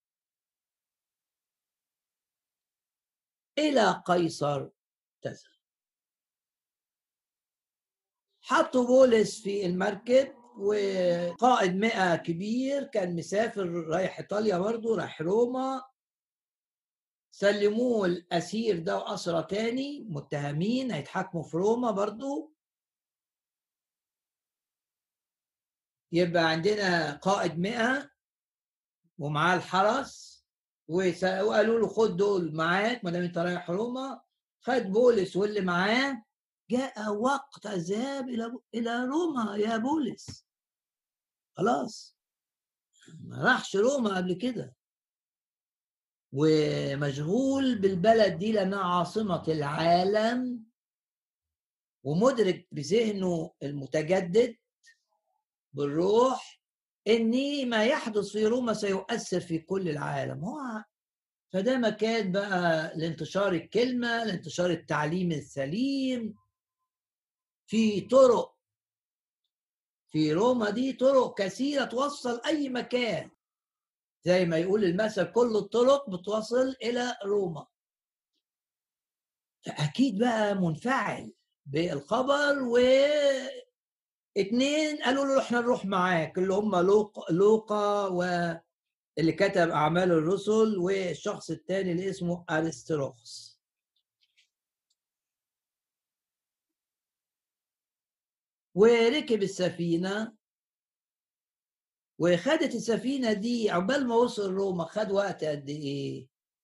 الى قيصر تذهب. حطوا بولس في المركب، وقائد 100 كبير كان مسافر رايح ايطاليا برضه، رايح روما. سلموه الاسير ده واسرى تاني متهمين هيتحاكموا في روما برضه. يبقى عندنا قائد 100 ومعاه الحرس، وقالوا له خد دول معاك ما دام انت رايح روما. خد بولس واللي معاه. جاء وقت الذهاب الى روما يا بولس. خلاص ما راحش روما قبل كده، ومشغول بالبلد دي لأنها عاصمة العالم، ومدرك بذهنه المتجدد بالروح إن ما يحدث في روما سيؤثر في كل العالم. فده مكان بقى لانتشار الكلمة، لانتشار التعليم السليم. في طرق في روما دي، طرق كثيرة توصل أي مكان، زي ما يقول المثل كل الطرق بتوصل إلى روما. فأكيد بقى منفعل بالخبر. و2 قالوا له احنا نروح معاك، اللي هم لوقا واللي كتب أعمال الرسل، والشخص الثاني اللي اسمه أرسطرخس. وركب السفينة، وخدت السفينة دي عقبال ما وصل روما خد وقت قد إيه؟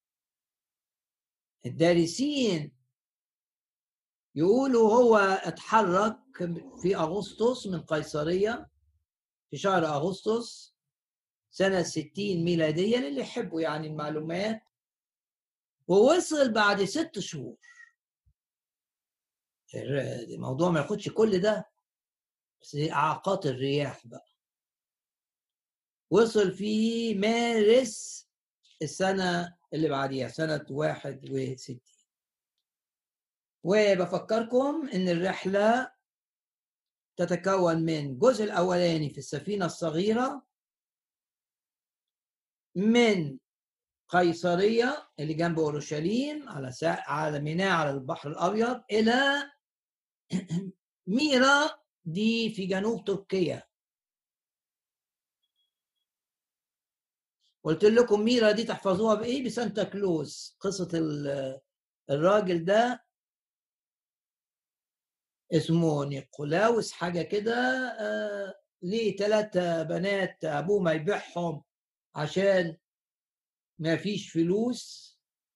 الدارسين يقولوا هو اتحرك في أغسطس من قيصرية، في شهر أغسطس سنة 60 ميلادية للي يحبوا يعني المعلومات، ووصل بعد 6 شهور. الموضوع ما ياخدش كل ده، بس إعاقات الرياح بقى. وصل في مارس السنة اللي بعديها سنة 61. وبفكركم إن الرحلة تتكون من الجزء الأولاني في السفينة الصغيرة من قيصرية اللي جنب أورشليم على ميناء على البحر الأبيض إلى ميرا دي في جنوب تركيا. قلت لكم ميرا دي تحفظوها بإيه؟ بسانتا كلوز. قصة الراجل ده اسمه نيقولاوس حاجة كده، ليه 3 بنات أبوه ما يبيعهم عشان ما فيش فلوس،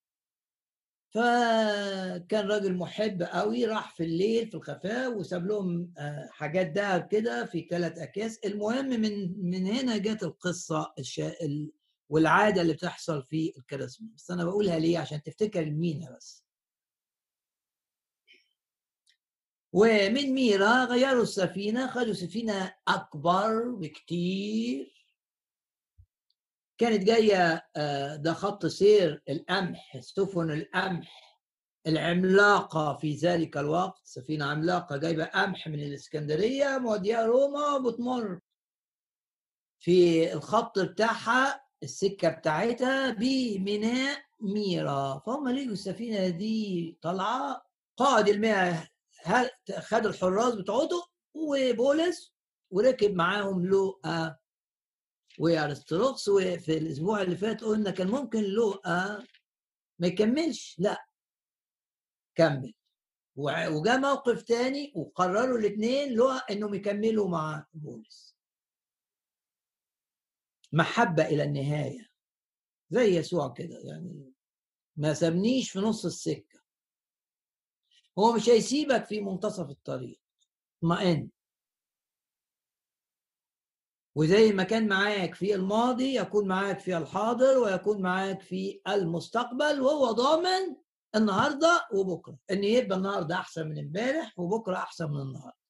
فكان راجل محب قوي، راح في الليل في الخفاء وساب لهم حاجات دهب كده في 3 أكياس. المهم من هنا جت القصة والعادة اللي بتحصل في الكريسماس، بس أنا بقولها ليه؟ عشان تفتكر المينا بس. ومن ميرا غيروا السفينة، خدوا سفينة أكبر بكتير، كانت جاية ده خط سير القمح، سفن القمح العملاقة في ذلك الوقت، سفينة عملاقة جايبة قمح من الإسكندرية موديها روما، وبتمر في الخط بتاعها السكة بتاعتها بميناء ميرا. فهم لقوا السفينة دي طالعة، قائد المياه خد الحراس بتوعته وبولس وركب معاهم لوقا وارسطرخس. وفي الاسبوع اللي فات قلنا كان ممكن لوقا ما يكملش، لا كمل، وجاء موقف تاني وقرروا الاثنين لوقا انهم يكملوا مع بولس. محبة الى النهاية زي يسوع كده، يعني ما سابنيش في نص السكة، هو مش هيسيبك في منتصف الطريق، اطمئن. وزي ما كان معاك في الماضي يكون معاك في الحاضر ويكون معاك في المستقبل، وهو ضامن النهارده وبكره ان يبقى النهارده احسن من امبارح وبكره احسن من النهارده.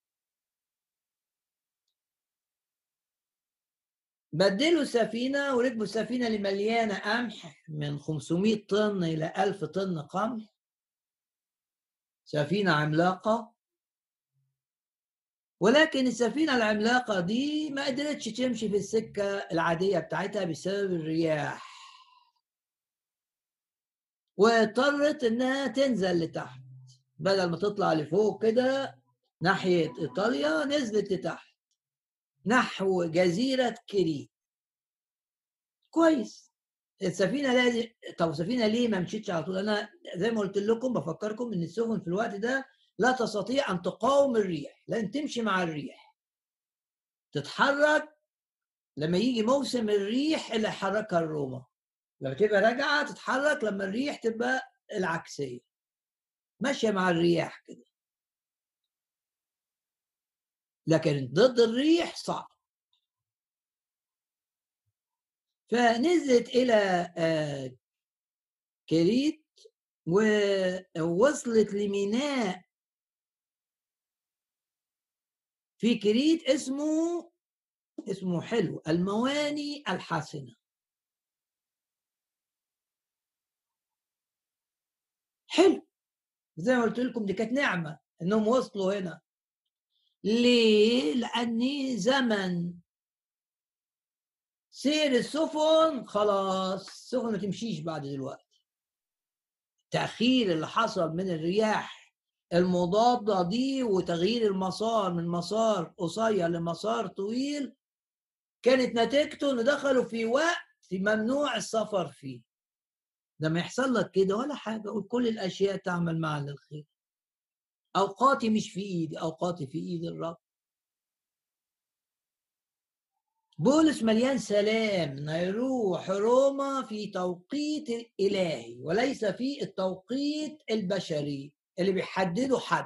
بدلوا سفينه وركبوا السفينه اللي مليانه قمح من 500 طن الى 1000 طن قمح، سفينه عملاقه. ولكن السفينه العملاقه دي ما قدرتش تمشي في السكه العاديه بتاعتها بسبب الرياح، واضطرت انها تنزل لتحت، بدل ما تطلع لفوق كده ناحية إيطاليا نزلت لتحت نحو جزيرة كريت. كويس. السفينة لازم، طب السفينة ليه ما مشيتش على طول؟ أنا زي ما قلت لكم بفكركم إن السفن في الوقت ده لا تستطيع أن تقاوم الريح، لأن تمشي مع الريح، تتحرك لما يجي موسم الريح اللي حركها الروما، لما تبقى راجعة تتحرك لما الريح تبقى العكسية، ماشية مع الرياح كده، لكن ضد الريح صعب. فنزلت إلى كريت ووصلت لميناء في كريت اسمه حلو، المواني الحاسنة. حلو، زي ما قلت لكم دي كانت نعمة انهم وصلوا هنا. ليه؟ لأن زمن سير السفن خلاص، السفن ما تمشيش بعد دلوقتي. التأخير اللي حصل من الرياح المضادة دي وتغيير المسار من مسار قصير لمسار طويل كانت نتيجته ان دخلوا في وقت ممنوع السفر فيه. لما يحصل لك كده ولا حاجة، قول كل الأشياء تعمل معا للخير، أوقاتي مش في إيدي، أوقاتي في إيد الرب. بولس مليان سلام انه يروح روما في توقيت الإلهي وليس في التوقيت البشري اللي بيحدده حد.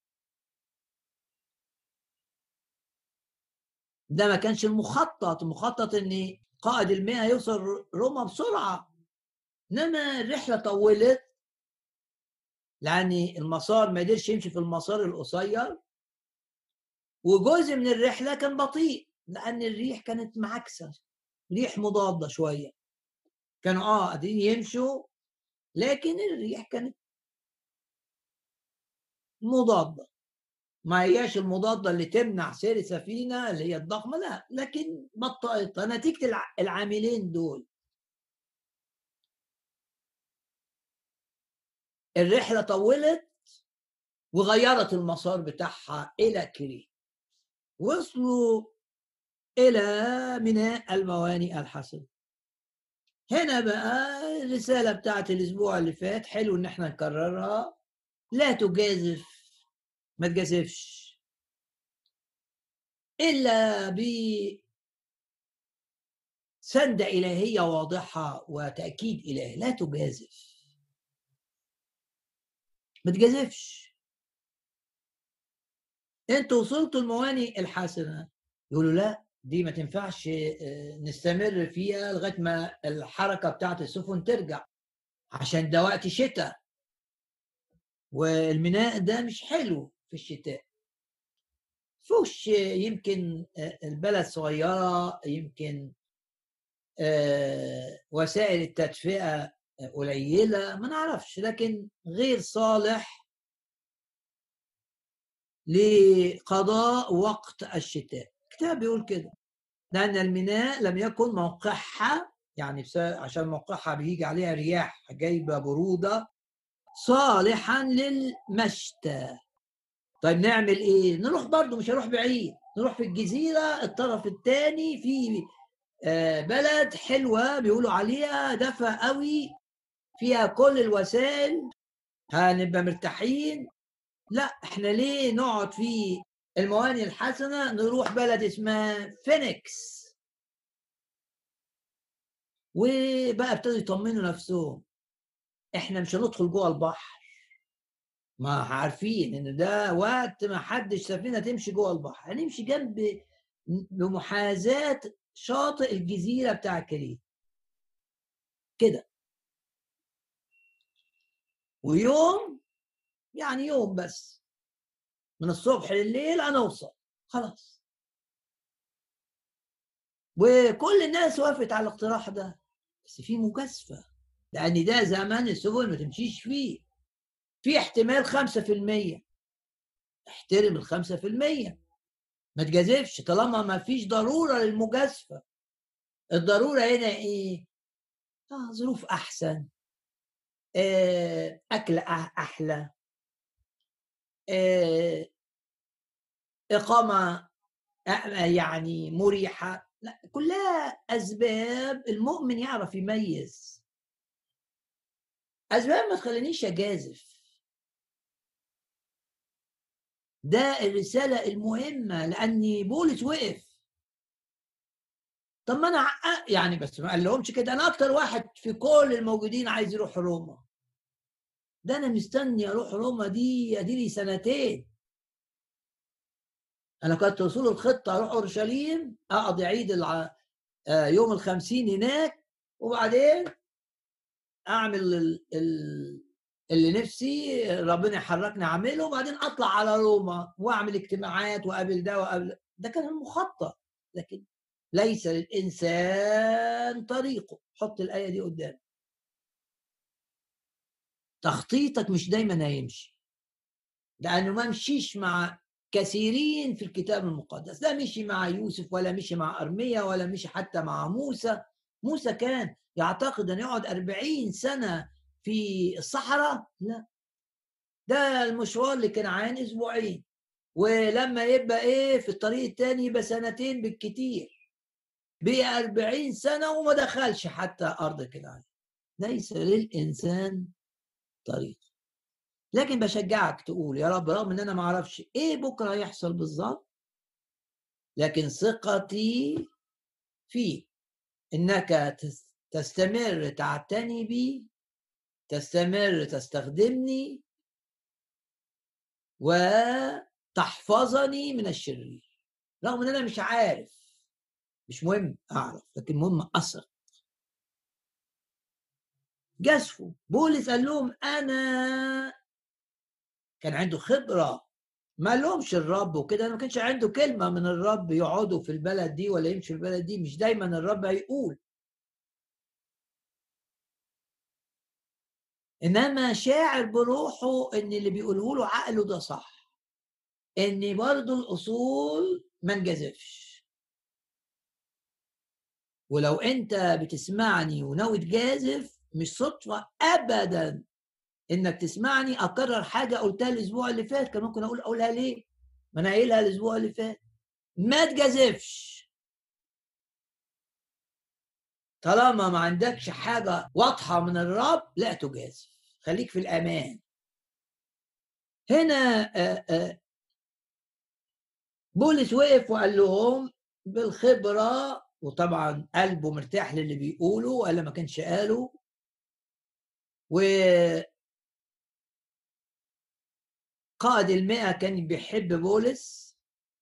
ده ما كانش المخطط ان قائد المئة يوصل روما بسرعة، انما الرحلة طولت لأن المسار ما قدرش يمشي في المسار القصير، وجزء من الرحلة كان بطيء لأن الريح كانت معاكسة، ريح مضادة شوية، كانوا قادرين يمشوا لكن الريح كانت مضادة، ما هياش المضادة اللي تمنع سير السفينة اللي هي الضخمة، لا، لكن بطئتها نتيجة العاملين دول. الرحلة طولت وغيرت المسار بتاعها إلى كريت، وصلوا إلى ميناء الموانئ الحسن. هنا بقى الرسالة بتاعت الأسبوع اللي فات حلو إن احنا نكررها: لا تجازف، ما تجازفش إلا بسندة إلهية واضحة وتأكيد إلهي. لا تجازف، ما تجازفش. انتوا وصلتوا الموانئ الحسنة، يقولوا لا دي ما تنفعش نستمر فيها لغاية ما الحركة بتاعت السفن ترجع، عشان ده وقت شتاء والميناء ده مش حلو في الشتاء، فوش يمكن البلد صغيرة، يمكن وسائل التدفئة قليلة، ما نعرفش، لكن غير صالح لقضاء وقت الشتاء. الكتاب بيقول كده، لأن الميناء لم يكن موقعها، يعني عشان موقعها بيجي عليها رياح جايبة برودة، صالحا للمشتى. طيب نعمل ايه؟ نروح برضو، مش هنروح بعيد، نروح في الجزيرة الطرف الثاني في بلد حلوة بيقولوا عليها دفى قوي، فيها كل الوسائل، هنبقى مرتاحين. لا، احنا ليه نقعد في الموانئ الحسنة؟ نروح بلد اسمها فينيكس. وبقى ابتدوا يطمنوا نفسهم، احنا مش هندخل جوه البحر، ما عارفين ان ده وقت ما حدش سفينه تمشي جوه البحر، هنمشي جنب بمحاذاه شاطئ الجزيره بتاع كريت كده، ويوم، يعني يوم بس، من الصبح لليل هنوصل خلاص. وكل الناس وافقت على الاقتراح ده، بس في مجازفه، لان ده زمن السفن ما تمشيش فيه، في احتمال 5%، احترم ال5%، ما تجازفش طالما ما فيش ضروره للمجازفه. الضروره هنا ايه؟ ظروف احسن، اكل احلى، اقامه يعني مريحه، لا، كلها اسباب المؤمن يعرف يميز، اسباب ما تخلينيش اجازف. ده الرساله المهمه، لاني بولس وقف. طب ما انا يعني بس ما قال لهمش كده، انا اكتر واحد في كل الموجودين عايز يروح روما، ده انا مستني اروح روما، دي اديلي سنتين. انا كنت وصول الخطه اروح اورشليم، اقضي عيد يوم الخمسين هناك، وبعدين اعمل اللي نفسي ربنا يحركني اعمله، وبعدين اطلع على روما واعمل اجتماعات واقابل ده واقابل ده كان المخطط. لكن ليس للانسان طريقه، حط الايه دي قدام، تخطيطك مش دايما هيمشي، لانه ما مشيش مع كثيرين في الكتاب المقدس، لا مشي مع يوسف ولا مشي مع أرميا ولا مشي حتى مع موسى. موسى كان يعتقد أن يقعد 40 سنة في الصحراء؟ لا، ده المشوار لكنعان أسبوعين، ولما يبقى إيه في الطريق التاني يبقى سنتين بالكتير، بقى 40 سنة وما دخلش حتى أرض كنعان. ليس للإنسان طريق. لكن بشجعك تقول يا رب، رغم ان انا ما اعرفش ايه بكره هيحصل بالظبط، لكن ثقتي فيك انك تستمر تعتني بي، تستمر تستخدمني وتحفظني من الشرير. رغم ان انا مش عارف، مش مهم اعرف، لكن مهم اثق. جازفوا. بولس قال لهم انا كان عنده خبرة، ما لهمش الرب وكده، ما كانش عنده كلمة من الرب يقعدوا في البلد دي ولا يمشوا في البلد دي، مش دايما الرب هيقول. إنما شاعر بروحه إن اللي بيقوله له عقله ده صح، إن برضه الأصول ما نجازفش. ولو أنت بتسمعني وناوي تجازف، مش صدفة أبدا إنك تسمعني أكرر حاجة قلتها الأسبوع اللي فات، كان ممكن أقولها ليه؟ ما أنا قايلها الأسبوع اللي فات. ما تجازفش طالما ما عندكش حاجة واضحة من الرب، لا تجازف، خليك في الأمان. هنا بولس وقف وقال لهم بالخبرة، وطبعا قلبه مرتاح للي بيقوله ولا ما كانش قاله. وقائد 100 كان بيحب بولس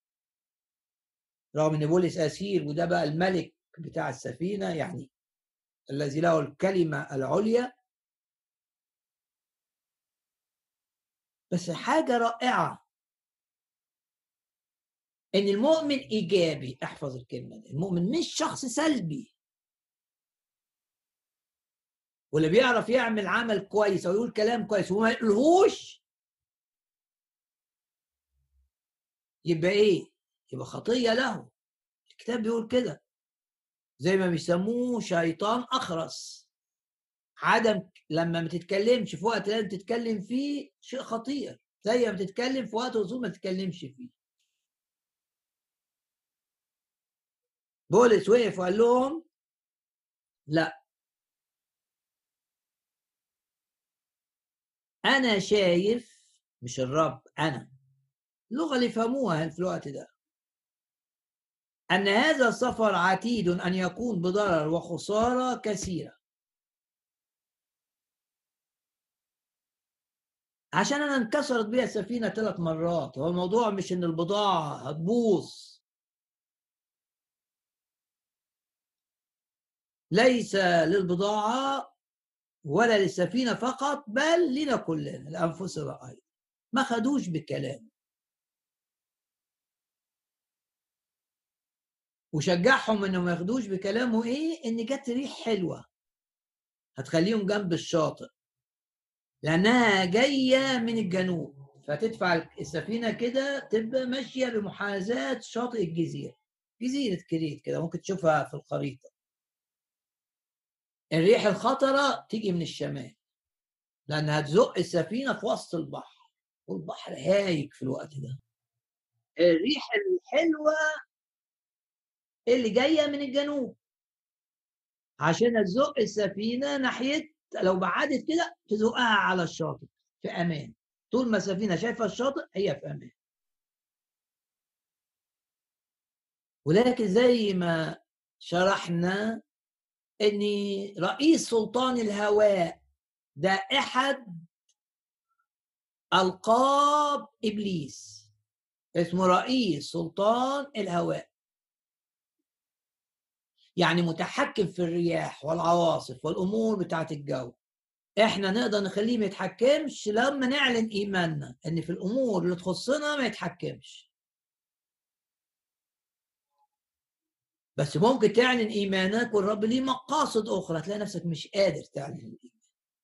رغم ان بولس اسير، وده بقى الملك بتاع السفينة يعني الذي له الكلمة العليا. بس حاجة رائعة ان المؤمن ايجابي. احفظ الكلمة دي، المؤمن مش شخص سلبي، واللي بيعرف يعمل عمل كويس او يقول كلام كويس وما يقولهوش يبقى ايه؟ يبقى خطية له. الكتاب بيقول كده، زي ما بيسموه شيطان اخرس. عدم لما ما تتكلمش في وقت لازم تتكلم فيه شيء خطير، زي ما تتكلم في وقت وصول ما تتكلمش فيه. بولس وقف وقال لهم لا، انا شايف، مش الرب، انا اللغه اللي فهموها في الوقت ده، ان هذا السفر عتيد ان يكون بضرر وخساره كثيره. عشان انا انكسرت بيها السفينه 3 مرات. هو الموضوع مش ان البضاعه هتبوظ، ليس للبضاعه ولا للسفينه فقط، بل لنا كلنا لانفسنا ايضا. ما خدوش بكلامه، وشجعهم انهم ما ياخدوش بكلامه. ايه؟ ان جت ريح حلوه هتخليهم جنب الشاطئ، لانها جايه من الجنوب، فتدفع السفينه كده تبقى ماشيه بمحاذاه شاطئ الجزيره، جزيره كريت كده، ممكن تشوفها في الخريطه. الريح الخطره تيجي من الشمال، لانها تزق السفينه في وسط البحر، والبحر هايج في الوقت ده. الريح الحلوه اللي جايه من الجنوب عشان تزق السفينه ناحيه، لو بعدت كده تزقها على الشاطئ في امان. طول ما السفينه شايفه الشاطئ هي في امان. ولكن زي ما شرحنا ان رئيس سلطان الهواء ده احد القاب ابليس، اسمه رئيس سلطان الهواء، يعني متحكم في الرياح والعواصف والامور بتاعت الجو. احنا نقدر نخليه ما يتحكمش لما نعلن ايماننا ان في الامور اللي تخصنا ما يتحكمش. بس ممكن تعلن ايمانك والرب ليه مقاصد اخرى، تلاقي نفسك مش قادر تعلن الايمان.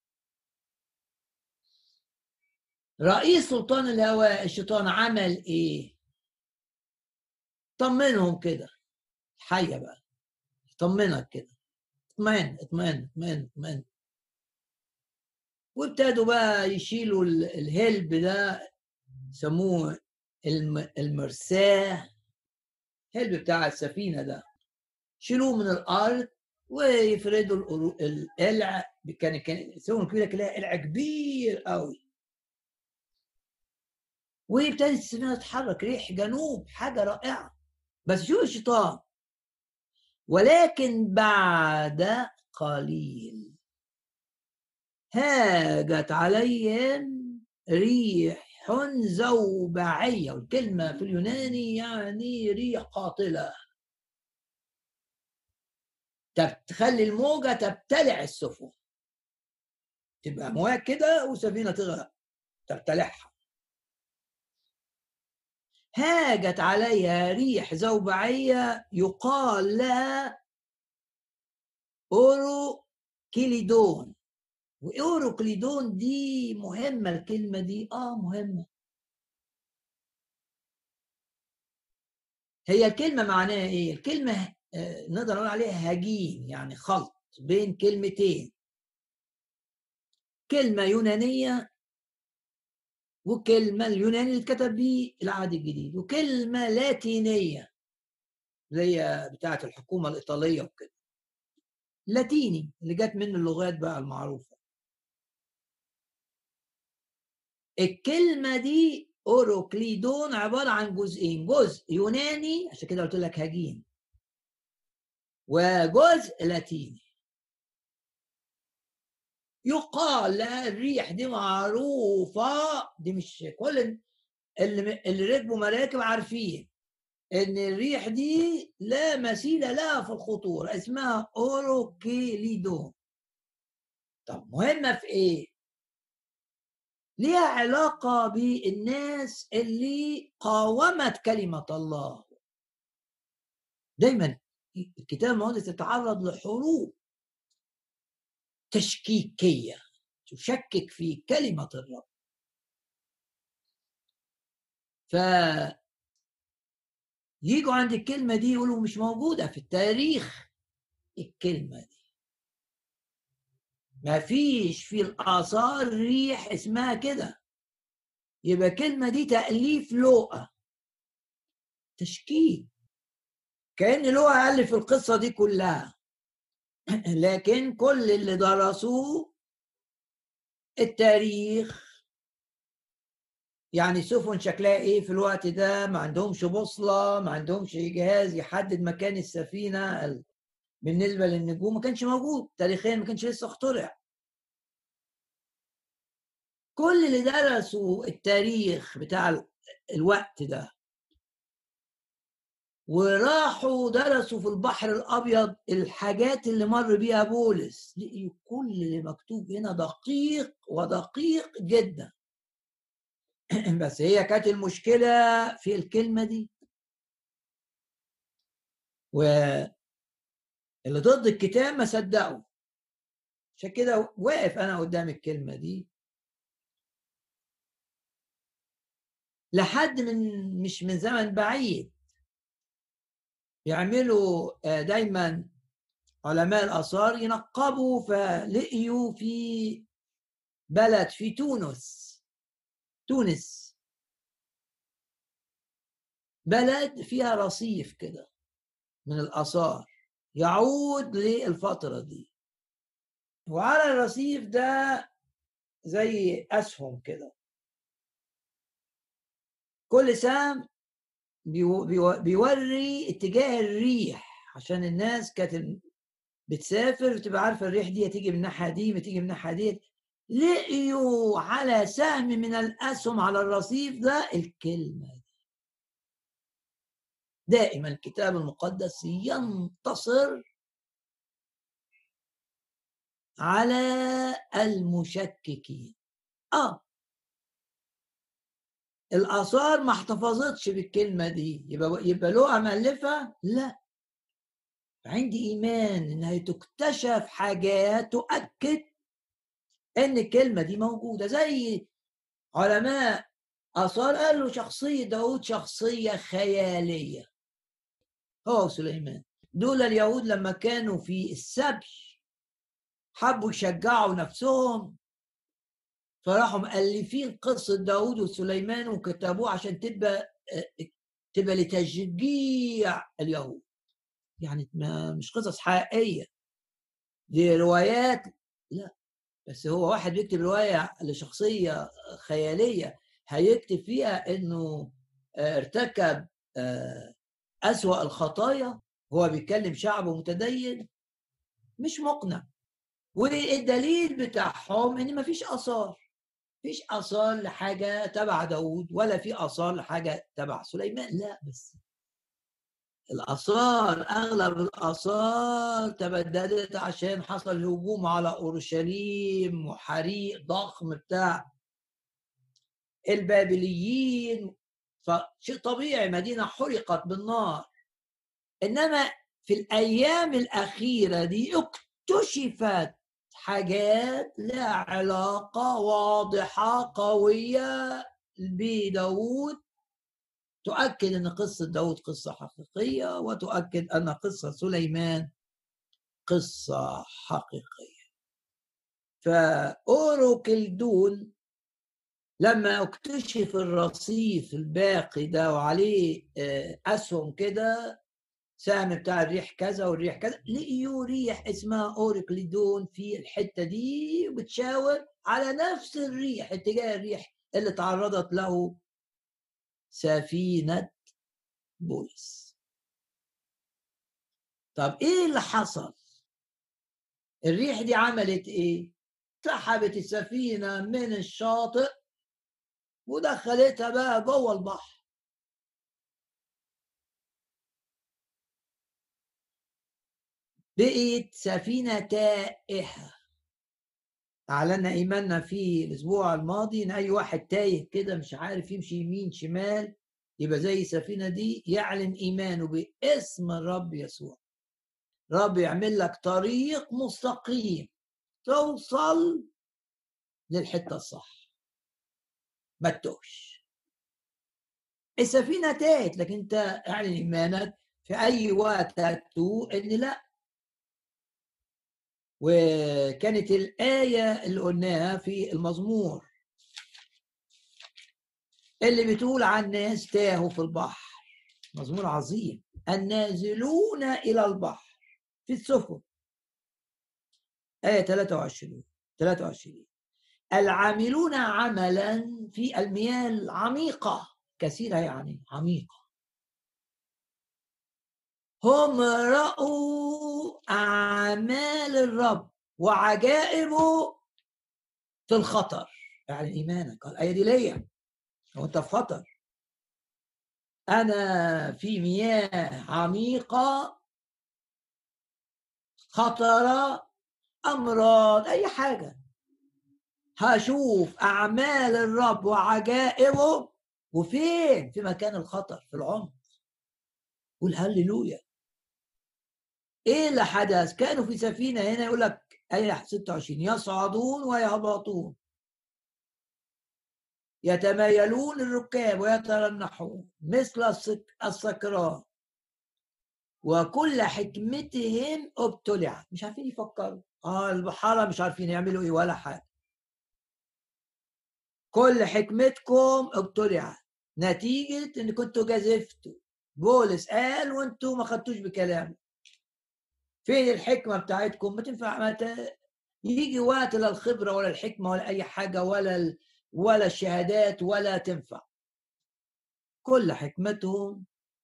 رئيس سلطان الهواء الشيطان عمل ايه؟ طمنهم كده، حيه بقى طمنك كده، اطمئن اطمئن اطمئن اطمئن. وابتدوا بقى يشيلوا الهلب ده، يسموه المرساه، الهلب بتاع السفينه ده، شيلوه من الارض ويفردوا القلع. كان يسوون كده قلع كبير قوي، وابتدت السفينه تتحرك، ريح جنوب، حاجه رائعه. بس شوف الشيطان، ولكن بعد قليل هاجت عليهم ريح زوبعية، والكلمة في اليوناني يعني ريح قاتلة، تخلي الموجة تبتلع السفن، تبقى أمواج كده وسفينة تغرق تبتلعها. هاجت عليها ريح زوبعية يقال لها أوروكليدون. وأوروكليدون دي مهمة، الكلمة دي مهمة. هي الكلمة معناها إيه؟ الكلمة نقدر نقول عليها هجين، يعني خلط بين كلمتين، كلمة يونانية وكلمة اليوناني اللي اتكتب بيه العهد الجديد، وكلمة لاتينية زي بتاعة الحكومة الإيطالية وكده، لاتيني اللي جت من اللغات بقى المعروفة. الكلمة دي أوروكليدون عبارة عن جزئين، جزء يوناني عشان كده قلت لك هجين، وجزء لاتيني. يقال الريح دي معروفة، دي مش كل اللي ركبوا مراكب عارفين ان الريح دي لا مثيل لها في الخطورة، اسمها أوروكليدون. طب مهمة في ايه؟ ليها علاقة بالناس اللي قاومت كلمة الله. دايما الكتاب المقدس تتعرض لحروب تشكيكية تشكك في كلمة الرب. يجوا عند الكلمة دي يقولوا مش موجودة في التاريخ، الكلمة دي ما فيش في الآثار ريح اسمها كده، يبقى الكلمة دي تأليف لوقا، تشكيك، كأن لوقا ألف القصة دي كلها. لكن كل اللي درسوه التاريخ، يعني سفن شكلها ايه في الوقت ده، ما عندهمش بوصلة، ما عندهمش جهاز يحدد مكان السفينة بالنسبة للنجوم، ما كانش موجود تاريخيا، ما كانش لسه اخترع. كل اللي درسوا التاريخ بتاع الوقت ده وراحوا درسوا في البحر الأبيض الحاجات اللي مر بيها بولس، لقيوا كل اللي مكتوب هنا دقيق ودقيق جدا. بس هي كانت المشكلة في الكلمة دي، واللي ضد الكتاب ما صدقوا. عشان كده واقف أنا قدام الكلمة دي لحد مش من زمن بعيد، يعملوا دايما علماء الآثار ينقبوا، فلقيوا في بلد في تونس بلد فيها رصيف كده من الآثار يعود للفترة دي، وعلى الرصيف ده زي أسهم كده، كل سهم بيوري اتجاه الريح، عشان الناس كانت بتسافر تبقى عارفة الريح دي هتيجي من الناحية دي، بتيجي من الناحية دي. لقيوا على سهم من الأسهم على الرصيف ده الكلمة دي. دائما الكتاب المقدس ينتصر على المشككين. الآثار ما احتفظتش بالكلمة دي، يبقى لوقا مألفة؟ لا، عندي إيمان إنها تكتشف حاجات تؤكد إن الكلمة دي موجودة. زي علماء آثار قالوا شخصية داود شخصية خيالية، هو سليمان. دول اليهود لما كانوا في السبي حبوا يشجعوا نفسهم، فراحوا مؤلفين قصة داود وسليمان وكتبوه عشان تبقى لتشجيع اليهود. يعني مش قصص حقيقية، دي روايات. لا، بس هو واحد بيكتب رواية لشخصية خيالية هيكتب فيها انه ارتكب أسوأ الخطايا، هو بيتكلم شعب متدين، مش مقنع. والدليل بتاعهم ان مفيش آثار لحاجة تبع داود، ولا في آثار لحاجة تبع سليمان. لا، بس أغلب الآثار تبددت عشان حصل هجوم على أورشليم وحريق ضخم بتاع البابليين، فشيء طبيعي مدينة حرقت بالنار. إنما في الأيام الأخيرة دي اكتشفت حاجات لها علاقة واضحة قوية بداود، تؤكد أن قصة داود قصة حقيقية، وتؤكد أن قصة سليمان قصة حقيقية. فأوروكلدون لما اكتشف الرصيف الباقي ده وعليه أسهم كده، سهم بتاع الريح كذا والريح كذا، لقيوا ريح اسمها أوريكليدون في الحتة دي بتشاور على نفس الريح، اتجاه الريح اللي تعرضت له سفينة بولس. طب ايه اللي حصل؟ الريح دي عملت ايه؟ سحبت السفينة من الشاطئ ودخلتها بقى جوه البحر. بقيت سفينة تائهة. أعلنا إيماننا في الأسبوع الماضي إن أي واحد تايه كده مش عارف يمشي يمين شمال، يبقى زي السفينة دي يعلن إيمانه باسم الرب يسوع. رب يعمل لك طريق مستقيم توصل للحتة الصح، ما تتوهش. السفينة تاهت، لكن أنت اعلن إيمانك في أي وقت هتتوه إن لا. وكانت الآية اللي قلناها في المزمور اللي بتقول عن ناس تاهوا في البحر، مزمور عظيم، النازلون إلى البحر في السفن، آية 23 العاملون عملا في المياه العميقة، كثيرة يعني عميقة، هم رأوا أعمال الرب وعجائبه في الخطر. يعني إيمانك الآية دي ليا لو أنت في خطر. أنا في مياه عميقة، خطرة، أمراض، أي حاجة، هشوف أعمال الرب وعجائبه. وفين؟ في مكان الخطر، في العمق. قول هللويا. إيه اللي حدث؟ كانوا في سفينة، هنا يقول لك آية 26 يصعدون ويهبطون، يتمايلون الركاب ويترنحون مثل السكران، وكل حكمتهم ابتلعت. مش عارفين يفكروا، البحارة مش عارفين يعملوا ايه ولا حاجة. كل حكمتكم ابتلعت نتيجة ان كنتوا جازفتوا. بولس قال وانتوا ما خدتوش بكلامه. فين الحكمة بتاعتكم؟ ما تنفع، يجي وقت لا الخبرة ولا الحكمة ولا اي حاجة ولا الشهادات ولا تنفع. كل حكمتهم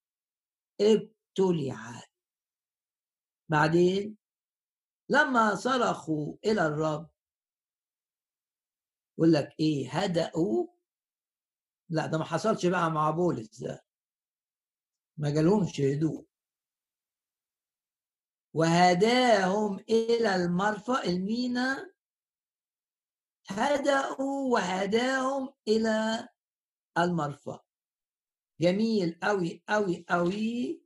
ابتلعت. بعدين لما صرخوا الى الرب، يقول لك ايه؟ هدأوا. لا ده ما حصلش بقى مع بولس، ده ما جالهمش هدوء. وهداهم الى المرفأ، المينا، هدأوا وهداهم الى المرفأ. جميل قوي قوي قوي.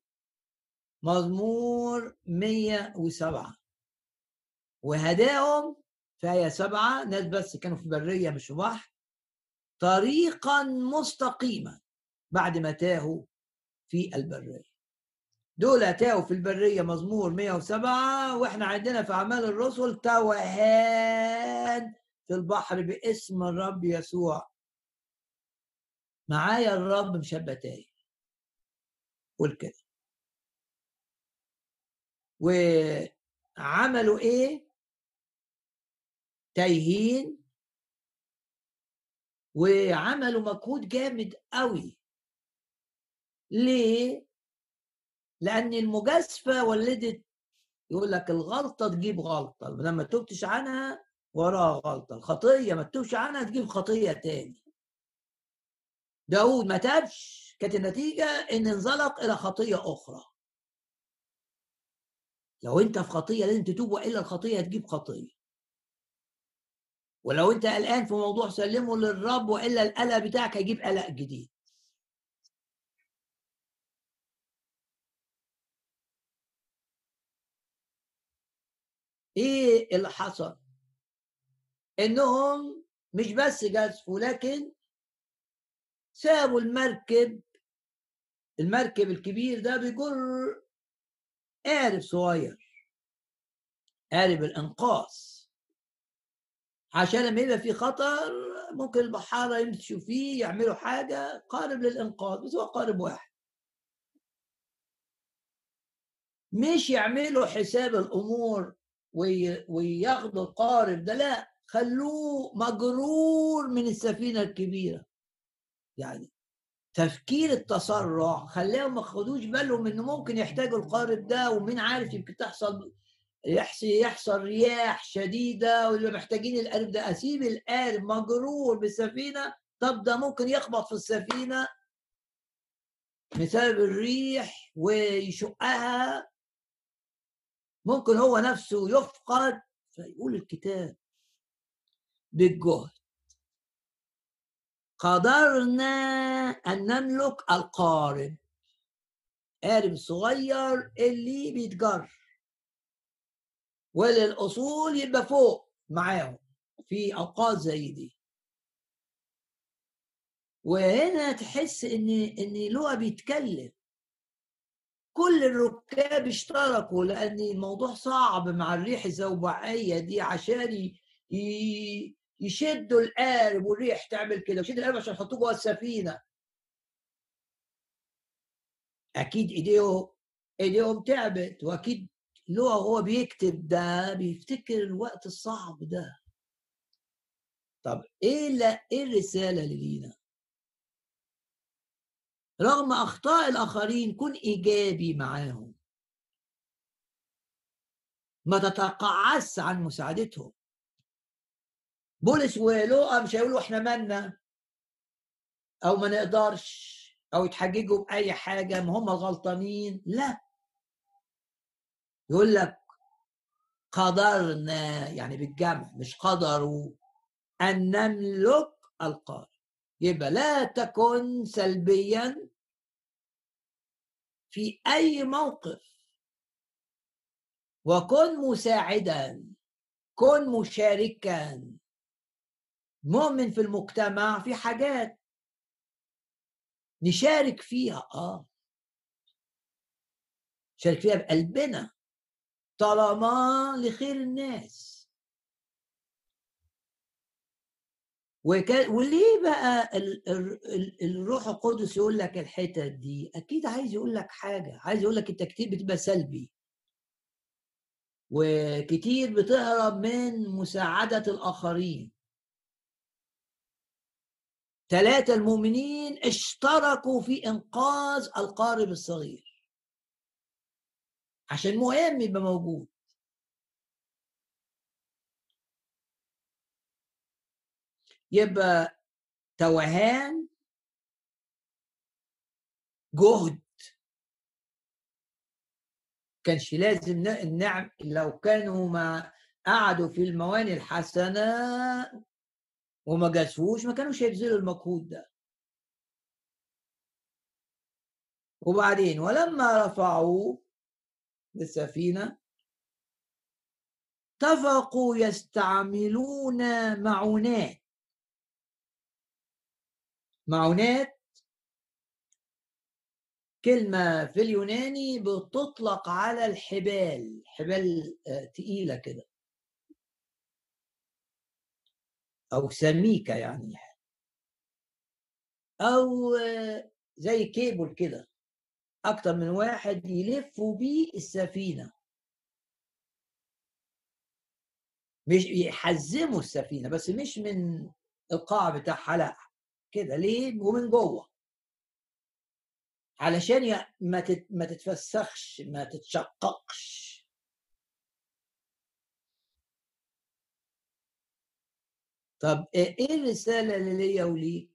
مزمور 107 وهداهم في آية 7. ناس بس كانوا في برية مش في بحر، طريقا مستقيما بعد ما تاهوا في البرية. دول تاهوا في البرية، مزمور 107. واحنا عندنا في أعمال الرسل توهان في البحر باسم الرب يسوع. معايا الرب مش هبقى تايه. قول كده. وعملوا ايه؟ تايهين، وعملوا مجهود جامد قوي. ليه؟ لأن المجازفة ولدت، يقول لك الغلطة تجيب غلطة، لما تبتش عنها وراها غلطة. الخطية ما تتوبش عنها تجيب خطية تاني. داود ما تابش، كانت النتيجة إن انزلق إلى خطية أخرى. لو أنت في خطية لازم تتوب، وإلا الخطية هتجيب خطية. ولو أنت قلقان في موضوع سلمه للرب، وإلا القلق بتاعك هيجيب قلق جديد. ايه اللي حصل؟ انهم مش بس جازفوا، لكن سابوا المركب الكبير ده بيجر قارب صغير، قارب الانقاذ، عشان لما يبقى في خطر ممكن البحارة يمشوا فيه يعملوا حاجة، قارب للإنقاذ، بس هو قارب واحد. مش يعملوا حساب الأمور وياخدوا القارب ده، لا، خلوه مجرور من السفينة الكبيرة. يعني تفكير التسرع خلاهم ما خدوش بالهم انه ممكن يحتاجوا القارب ده، ومين عارف يمكن يحصل رياح شديده واللي محتاجين القارب ده. اسيب القارب مجرور بالسفينه، طب ده ممكن يخبط في السفينه بسبب الريح ويشقها، ممكن هو نفسه يفقد. فيقول الكتاب بالجهد قدرنا ان نملك القارب، قارب صغير اللي بيتجر، وللأصول يبقى فوق معاهم في أوقات زي دي. وهنا تحس إن لوقا بيتكلم، كل الركاب اشتركوا، لأن الموضوع صعب مع الريح الزوبعية دي، عشان يشدوا القارب والريح تعمل كده، ويشدوا القارب عشان يحطوه جوه السفينة. أكيد إيديهم تعبت، وأكيد لوقا هو بيكتب ده بيفتكر الوقت الصعب ده. طب ايه الرساله اللي لينا؟ رغم اخطاء الاخرين كن ايجابي معاهم، ما تتقاعس عن مساعدتهم. بولس ولوقا مش هيقولوا احنا مالنا او ما نقدرش او يتحججوا باي حاجه ما هم الغلطانين، لا، يقول لك قدرنا، يعني بالجمع مش قدروا، ان نملك القارب. يبقى لا تكن سلبيا في اي موقف، وكن مساعدا، كن مشاركا. مؤمن في المجتمع، في حاجات نشارك فيها، نشارك فيها بقلبنا طالما لخير الناس. وليه بقى الروح القدس يقول لك الحتة دي؟ اكيد عايز يقول لك حاجة، عايز يقول لك انت كتير بتبقى سلبي، وكتير بتهرب من مساعدة الآخرين. 3 المؤمنين اشتركوا في إنقاذ القارب الصغير عشان مهم يبقى موجود. يبقى توهان، جهد، كانش لازم النعم. لو كانوا ما قعدوا في المواني الحسنة وما جازفوش ما كانوش هيبذلوا المجهود ده. وبعدين ولما رفعوا بالسفينة اتفقوا يستعملون معونات. معونات كلمة في اليوناني بتطلق على الحبال، حبال تقيلة كده أو سميكة يعني، أو زي كيبل كده، أكتر من واحد يلفوا بيه السفينة، مش يحزموا السفينة بس، مش من القاع بتاعها، لا، كده ليه ومن جوه، علشان ما تتفسخش، ما تتشققش. طب ايه الرسالة اللي ليا وليك؟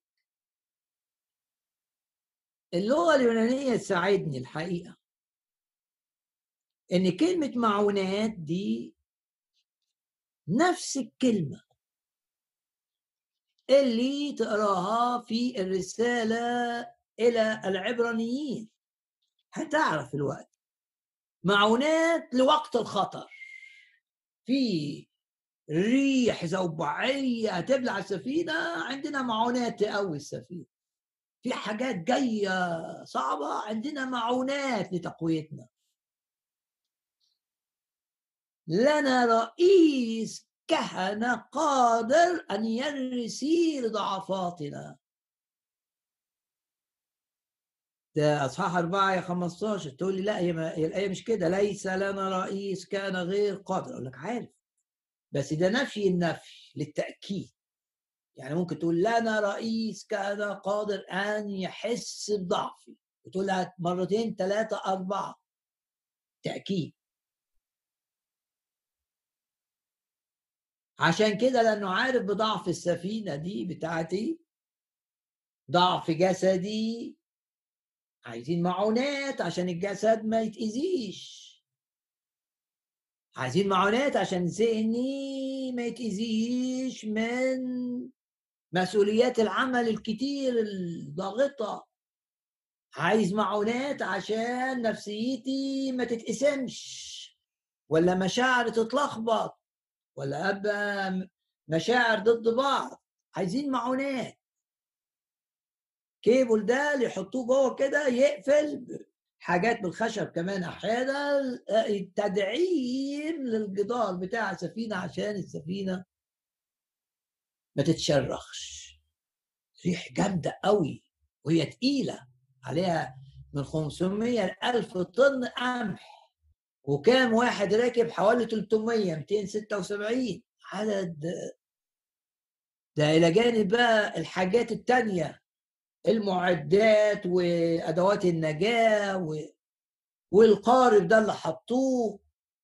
اللغة اليونانية تساعدني الحقيقة، ان كلمة معونات دي نفس الكلمة اللي تقراها في الرسالة إلى العبرانيين، هتعرف الوقت معونات لوقت الخطر. في ريح زوبعية هتبلع السفينة، عندنا معونات تقوي السفينة. في حاجات جاية صعبة، عندنا معونات لتقويتنا. لنا رئيس كهنة قادر أن يرثي لضعفاتنا. ده أصحاح 4 يا 15. تقول لي لا، هي الآية مش كده. ليس لنا رئيس كان غير قادر. أقول لك عارف، بس ده نفي النفي للتأكيد. يعني ممكن تقول لنا رئيس كان قادر أن يحس بضعفي، وتقولها مرتين 3 4 تأكيد. عشان كده لأنه عارف بضعف السفينة دي بتاعتي، ضعف جسدي، عايزين معونات عشان الجسد ما يتأذيش، عايزين معونات عشان ذهني ما يتأذيش من مسؤوليات العمل الكتير الضاغطة، عايز معونات عشان نفسيتي ما تتقسمش ولا مشاعر تتلخبط ولا أبقى مشاعر ضد بعض. عايزين معونات. كيبل ده اللي يحطوه جوه كده يقفل، حاجات بالخشب كمان احيانا، تدعيم للجدار بتاع السفينه عشان السفينه ما تتشرخش. ريح جامده قوي وهي تقيله، عليها من 500 ل 1000 طن قمح، وكام واحد راكب؟ حوالي 300 276 عدد. ده الى جانب بقى الحاجات التانيه، المعدات وادوات النجاه والقارب ده اللي حطوه.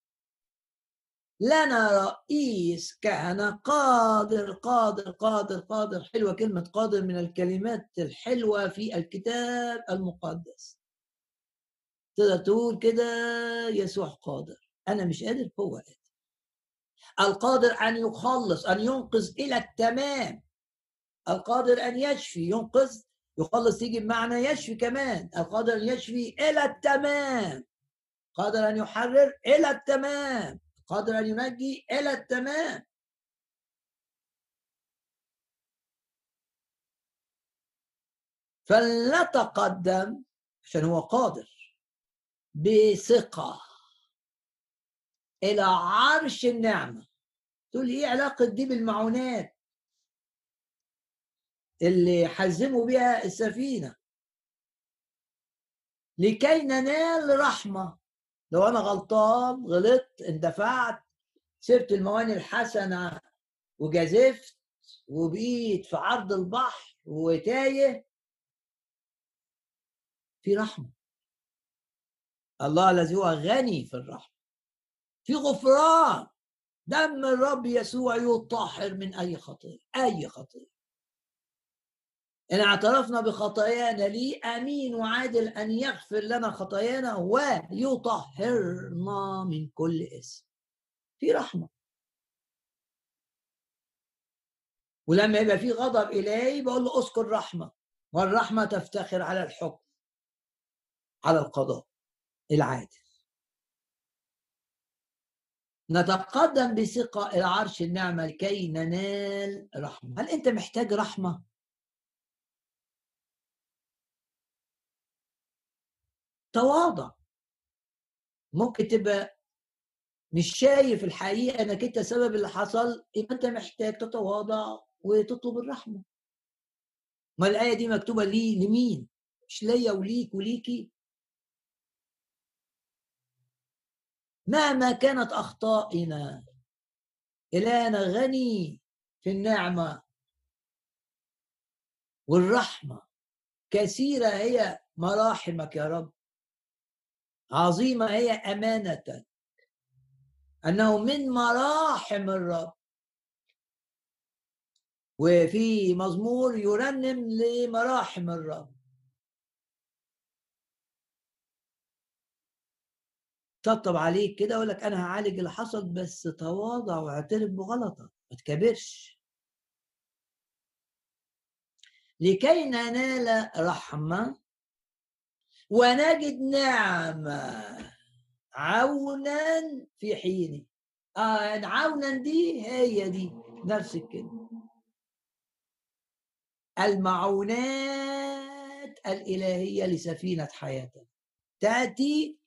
لنا رئيس كهنة قادر قادر قادر قادر. حلوة كلمة قادر، من الكلمات الحلوة في الكتاب المقدس. تقدر تقول كده يسوع قادر. أنا مش قادر، هو قادر. القادر أن يخلص، أن ينقذ إلى التمام. القادر أن يشفي، ينقذ يخلص يجي بمعنى يشفي كمان. القادر أن يشفي إلى التمام، قادر أن يحرر إلى التمام، قادر أن ينجي إلى التمام. فلنتقدم عشان هو قادر بثقة إلى عرش النعمة. تقول لي إيه علاقة دي بالمعونات اللي حزموا بها السفينة؟ لكي ننال رحمة. لو أنا غلطان، غلطت، اندفعت، سبت المواني الحسنة وجازفت وبقيت في عرض البحر وتايه، في رحمة. الله الذي هو غني في الرحمة، في غفران. دم الرب يسوع يطهر من أي خطية، أي خطية. إن اعترفنا بخطايانا لي أمين وعادل أن يغفر لنا خطايانا ويطهرنا من كل اسم. في رحمة. ولما يبقى في غضب إلهي بقول له أذكر رحمة، والرحمة تفتخر على الحكم، على القضاء العادل. نتقدم بثقة إلى عرش النعمة لكي ننال رحمة. هل أنت محتاج رحمة؟ تواضع. ممكن تبقى مش شايف الحقيقة انك انت سبب اللي حصل، يبقى انت محتاج تتواضع وتطلب الرحمة. ما الآية دي مكتوبة لي لمين؟ مش ليا وليك وليكي. مهما كانت أخطائنا، إلهنا غني في النعمة والرحمة. كثيرة هي مراحمك يا رب، عظيمة هي أمانتك، أنه من مراحم الرب. وفي مزمور يرنم لمراحم الرب. طبطب عليك كده اقول لك انا هعالج اللي حصل، بس تواضع واعترف بغلطك، ما تكبرش. لكي ننال رحمة ونجد نعمة عونا في حينه. عونا دي هي دي نفس الكلمة. المعونات الإلهية لسفينة حياتنا تأتي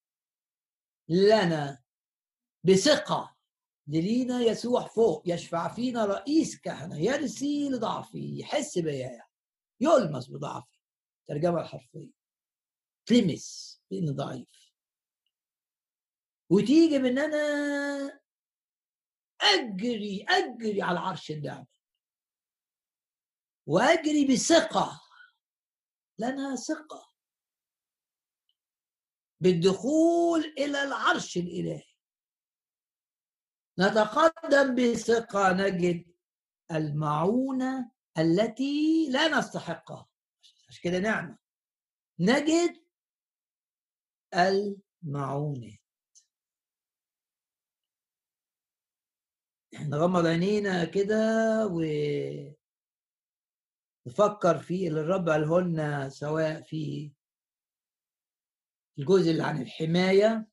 لنا بثقة. لينا يسوع فوق يشفع فينا رئيس كهنة يرثي لضعفي، يحس بيا، يلمس بضعفي. ترجمة الحرفية تلمس بإني ضعيف، وتيجي بإن أنا أجري على عرش النعمة، وأجري بثقة، لنا ثقة بالدخول إلى العرش الإلهي. نتقدم بثقة نجد المعونة التي لا نستحقها، عشان كده نعمة. نجد المعونة. نغمض عينينا كده ونفكر في اللي الرب قاله لنا، سواء في الجزء اللي عن الحماية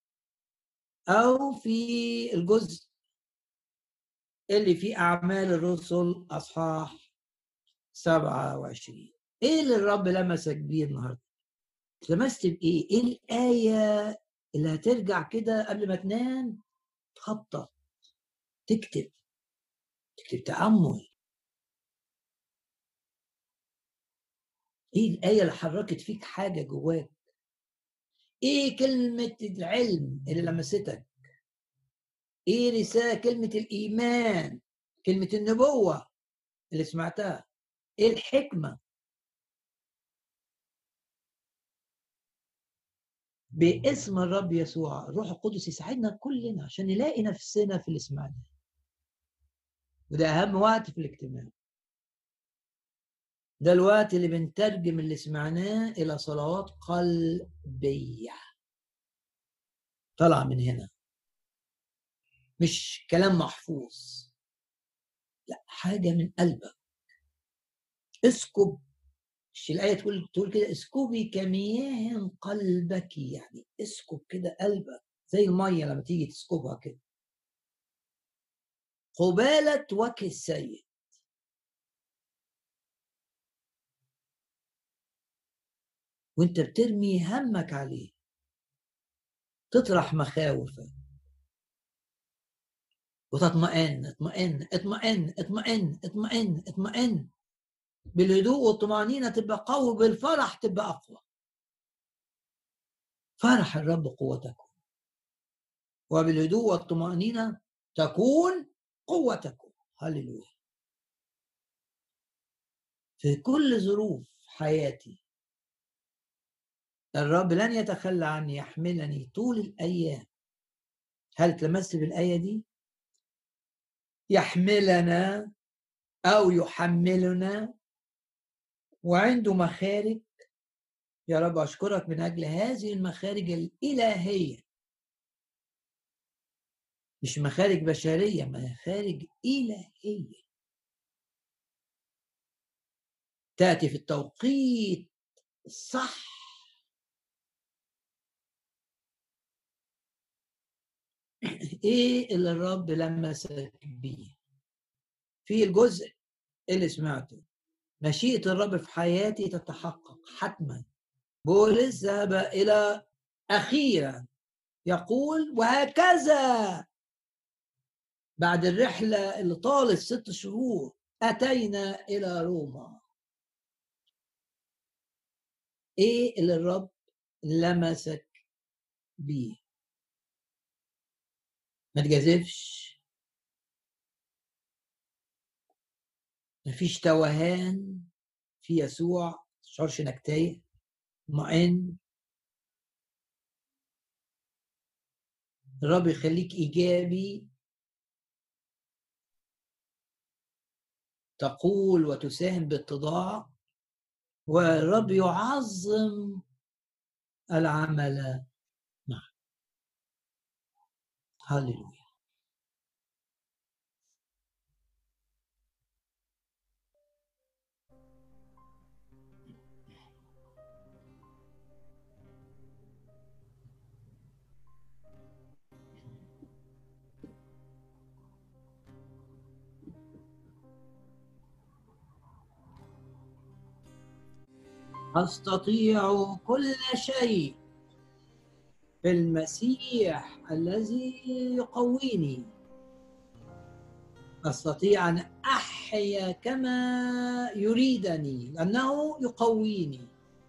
أو في الجزء اللي في أعمال الرسل أصحاح 27. إيه اللي الرب لمسك بيه النهاردة؟ لمست بإيه؟ إيه الآية اللي هترجع كده قبل ما تنام تخطط، تكتب تأمل؟ إيه الآية اللي حركت فيك حاجة جواك؟ إيه كلمة العلم اللي لمستك؟ إيه رسالة كلمة الإيمان، كلمة النبوة اللي سمعتها؟ إيه الحكمة؟ باسم الرب يسوع الروح القدس يساعدنا كلنا عشان نلاقي نفسنا في اللي سمعناه. وده أهم وقت في الاجتماع، ده الوقت اللي بنترجم اللي سمعناه إلى صلوات قلبية طلع من هنا، مش كلام محفوظ، لا، حاجة من قلبك. اسكب، مش الآية تقول كده اسكبي كمياه قلبك، يعني اسكب كده قلبك زي المية لما تيجي تسكبها كده قبالة وجه السيد. وانت بترمي همك عليه، تطرح مخاوفك وتطمئن. اطمئن بالهدوء والطمأنينة، تبقى قوي، بالفرح تبقى أقوى. فرح الرب قوتكم، وبالهدوء والطمأنينة تكون قوتكم. هللويا. في كل ظروف حياتي الرب لن يتخلى عني، يحملني طول الأيام. هل تلمست بالآية دي؟ يحملنا أو يحملنا، وعنده مخارج. يا رب أشكرك من أجل هذه المخارج الإلهية، مش مخارج بشرية، مخارج إلهية تأتي في التوقيت الصح. إيه اللي الرب لمسك بيه في الجزء اللي سمعته؟ مشيئة الرب في حياتي تتحقق حتما. بولس ذهب إلى أخيرا يقول وهكذا بعد الرحلة اللي طالت 6 شهور أتينا إلى روما. إيه اللي الرب لمسك بيه؟ ما تجازفش، مفيش توهان في يسوع، تشعرش انك تايه، مطمئن. الرب يخليك ايجابي، تقول وتساهم باتضاع، والرب يعظم العمل معك. هللويا. أستطيع كل شيء في المسيح الذي يقويني. أستطيع أن أحيا كما يريدني لأنه يقويني.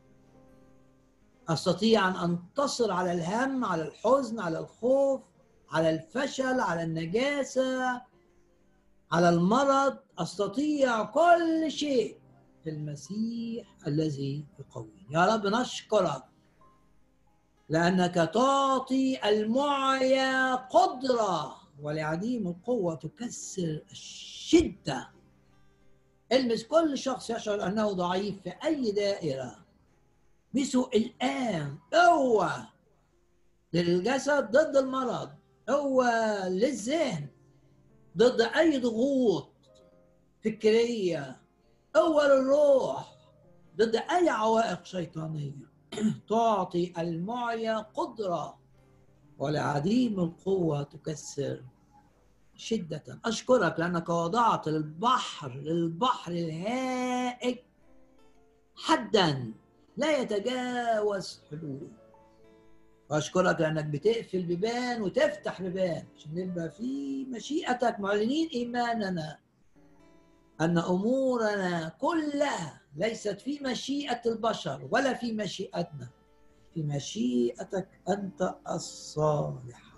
أستطيع أن أنتصر على الهم، على الحزن، على الخوف، على الفشل، على النجاسة، على المرض. أستطيع كل شيء في المسيح الذي يقويني. يا رب نشكرك لأنك تعطي المعيا قدرة، ولعديم القوة تكسر الشدة. المس كل شخص يشعر أنه ضعيف في أي دائرة، مسوا الآن. قوة للجسد ضد المرض، قوة للذهن ضد أي ضغوط فكرية، قوة للروح ضد أي عوائق شيطانية. تعطي المعيا قدرة، ولعديم القوة تكسر شدة. أشكرك لأنك وضعت للبحر الهائج حدا لا يتجاوز حدوده. وأشكرك لأنك بتقفل بيبان وتفتح بيبان عشان نبقى في مشيئتك، معلنين إيماننا أن أمورنا كلها ليست في مشيئة البشر ولا في مشيئتنا، في مشيئتك أنت الصالحة.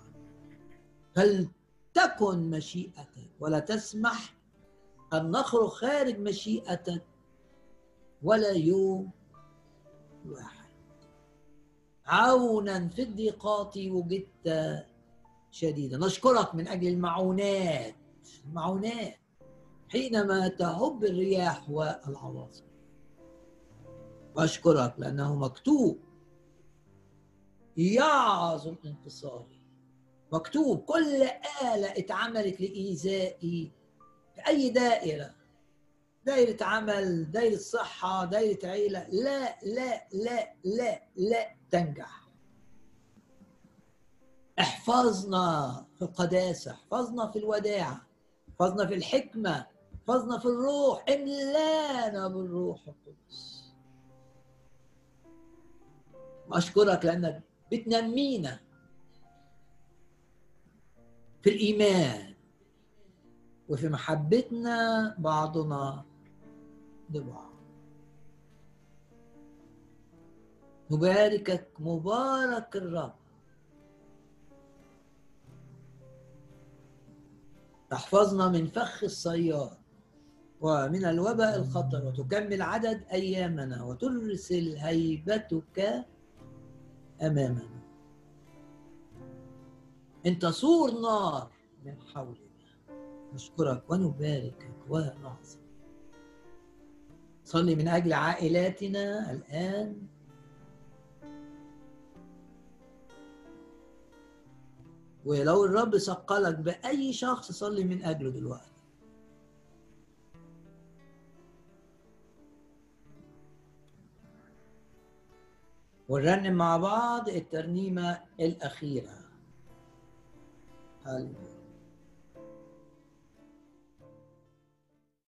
فلتكن مشيئتك، ولا تسمح أن نخرج خارج مشيئتك ولا يوم واحد. عونا في الضيقات وجدت شديدا. نشكرك من أجل المعونات حينما تهب الرياح والعواصف. وأشكرك لأنه مكتوب يعظم انتصاري. مكتوب كل آلة اتعملت لإيذائي في أي دائرة، دائرة عمل، دائرة صحة، دائرة عيلة، لا لا لا لا لا تنجح. احفظنا في القداسة، احفظنا في الوداعة، احفظنا في الحكمة، احفظنا في الروح. املانا بالروح القدس. وأشكرك لأنك بتنمينا في الإيمان وفي محبتنا بعضنا لبعض. نباركك مبارك الرب. تحفظنا من فخ الصياد ومن الوباء الخطر، وتكمل عدد أيامنا، وترسل هيبتك أمامنا. أنت سور نار من حولنا. نشكرك ونباركك ونعظم. صلي من أجل عائلاتنا الآن. ولو الرب ثقلك بأي شخص صلي من أجله دلوقتي. ونرنم مع بعض الترنيمة الأخيرة. هللويا.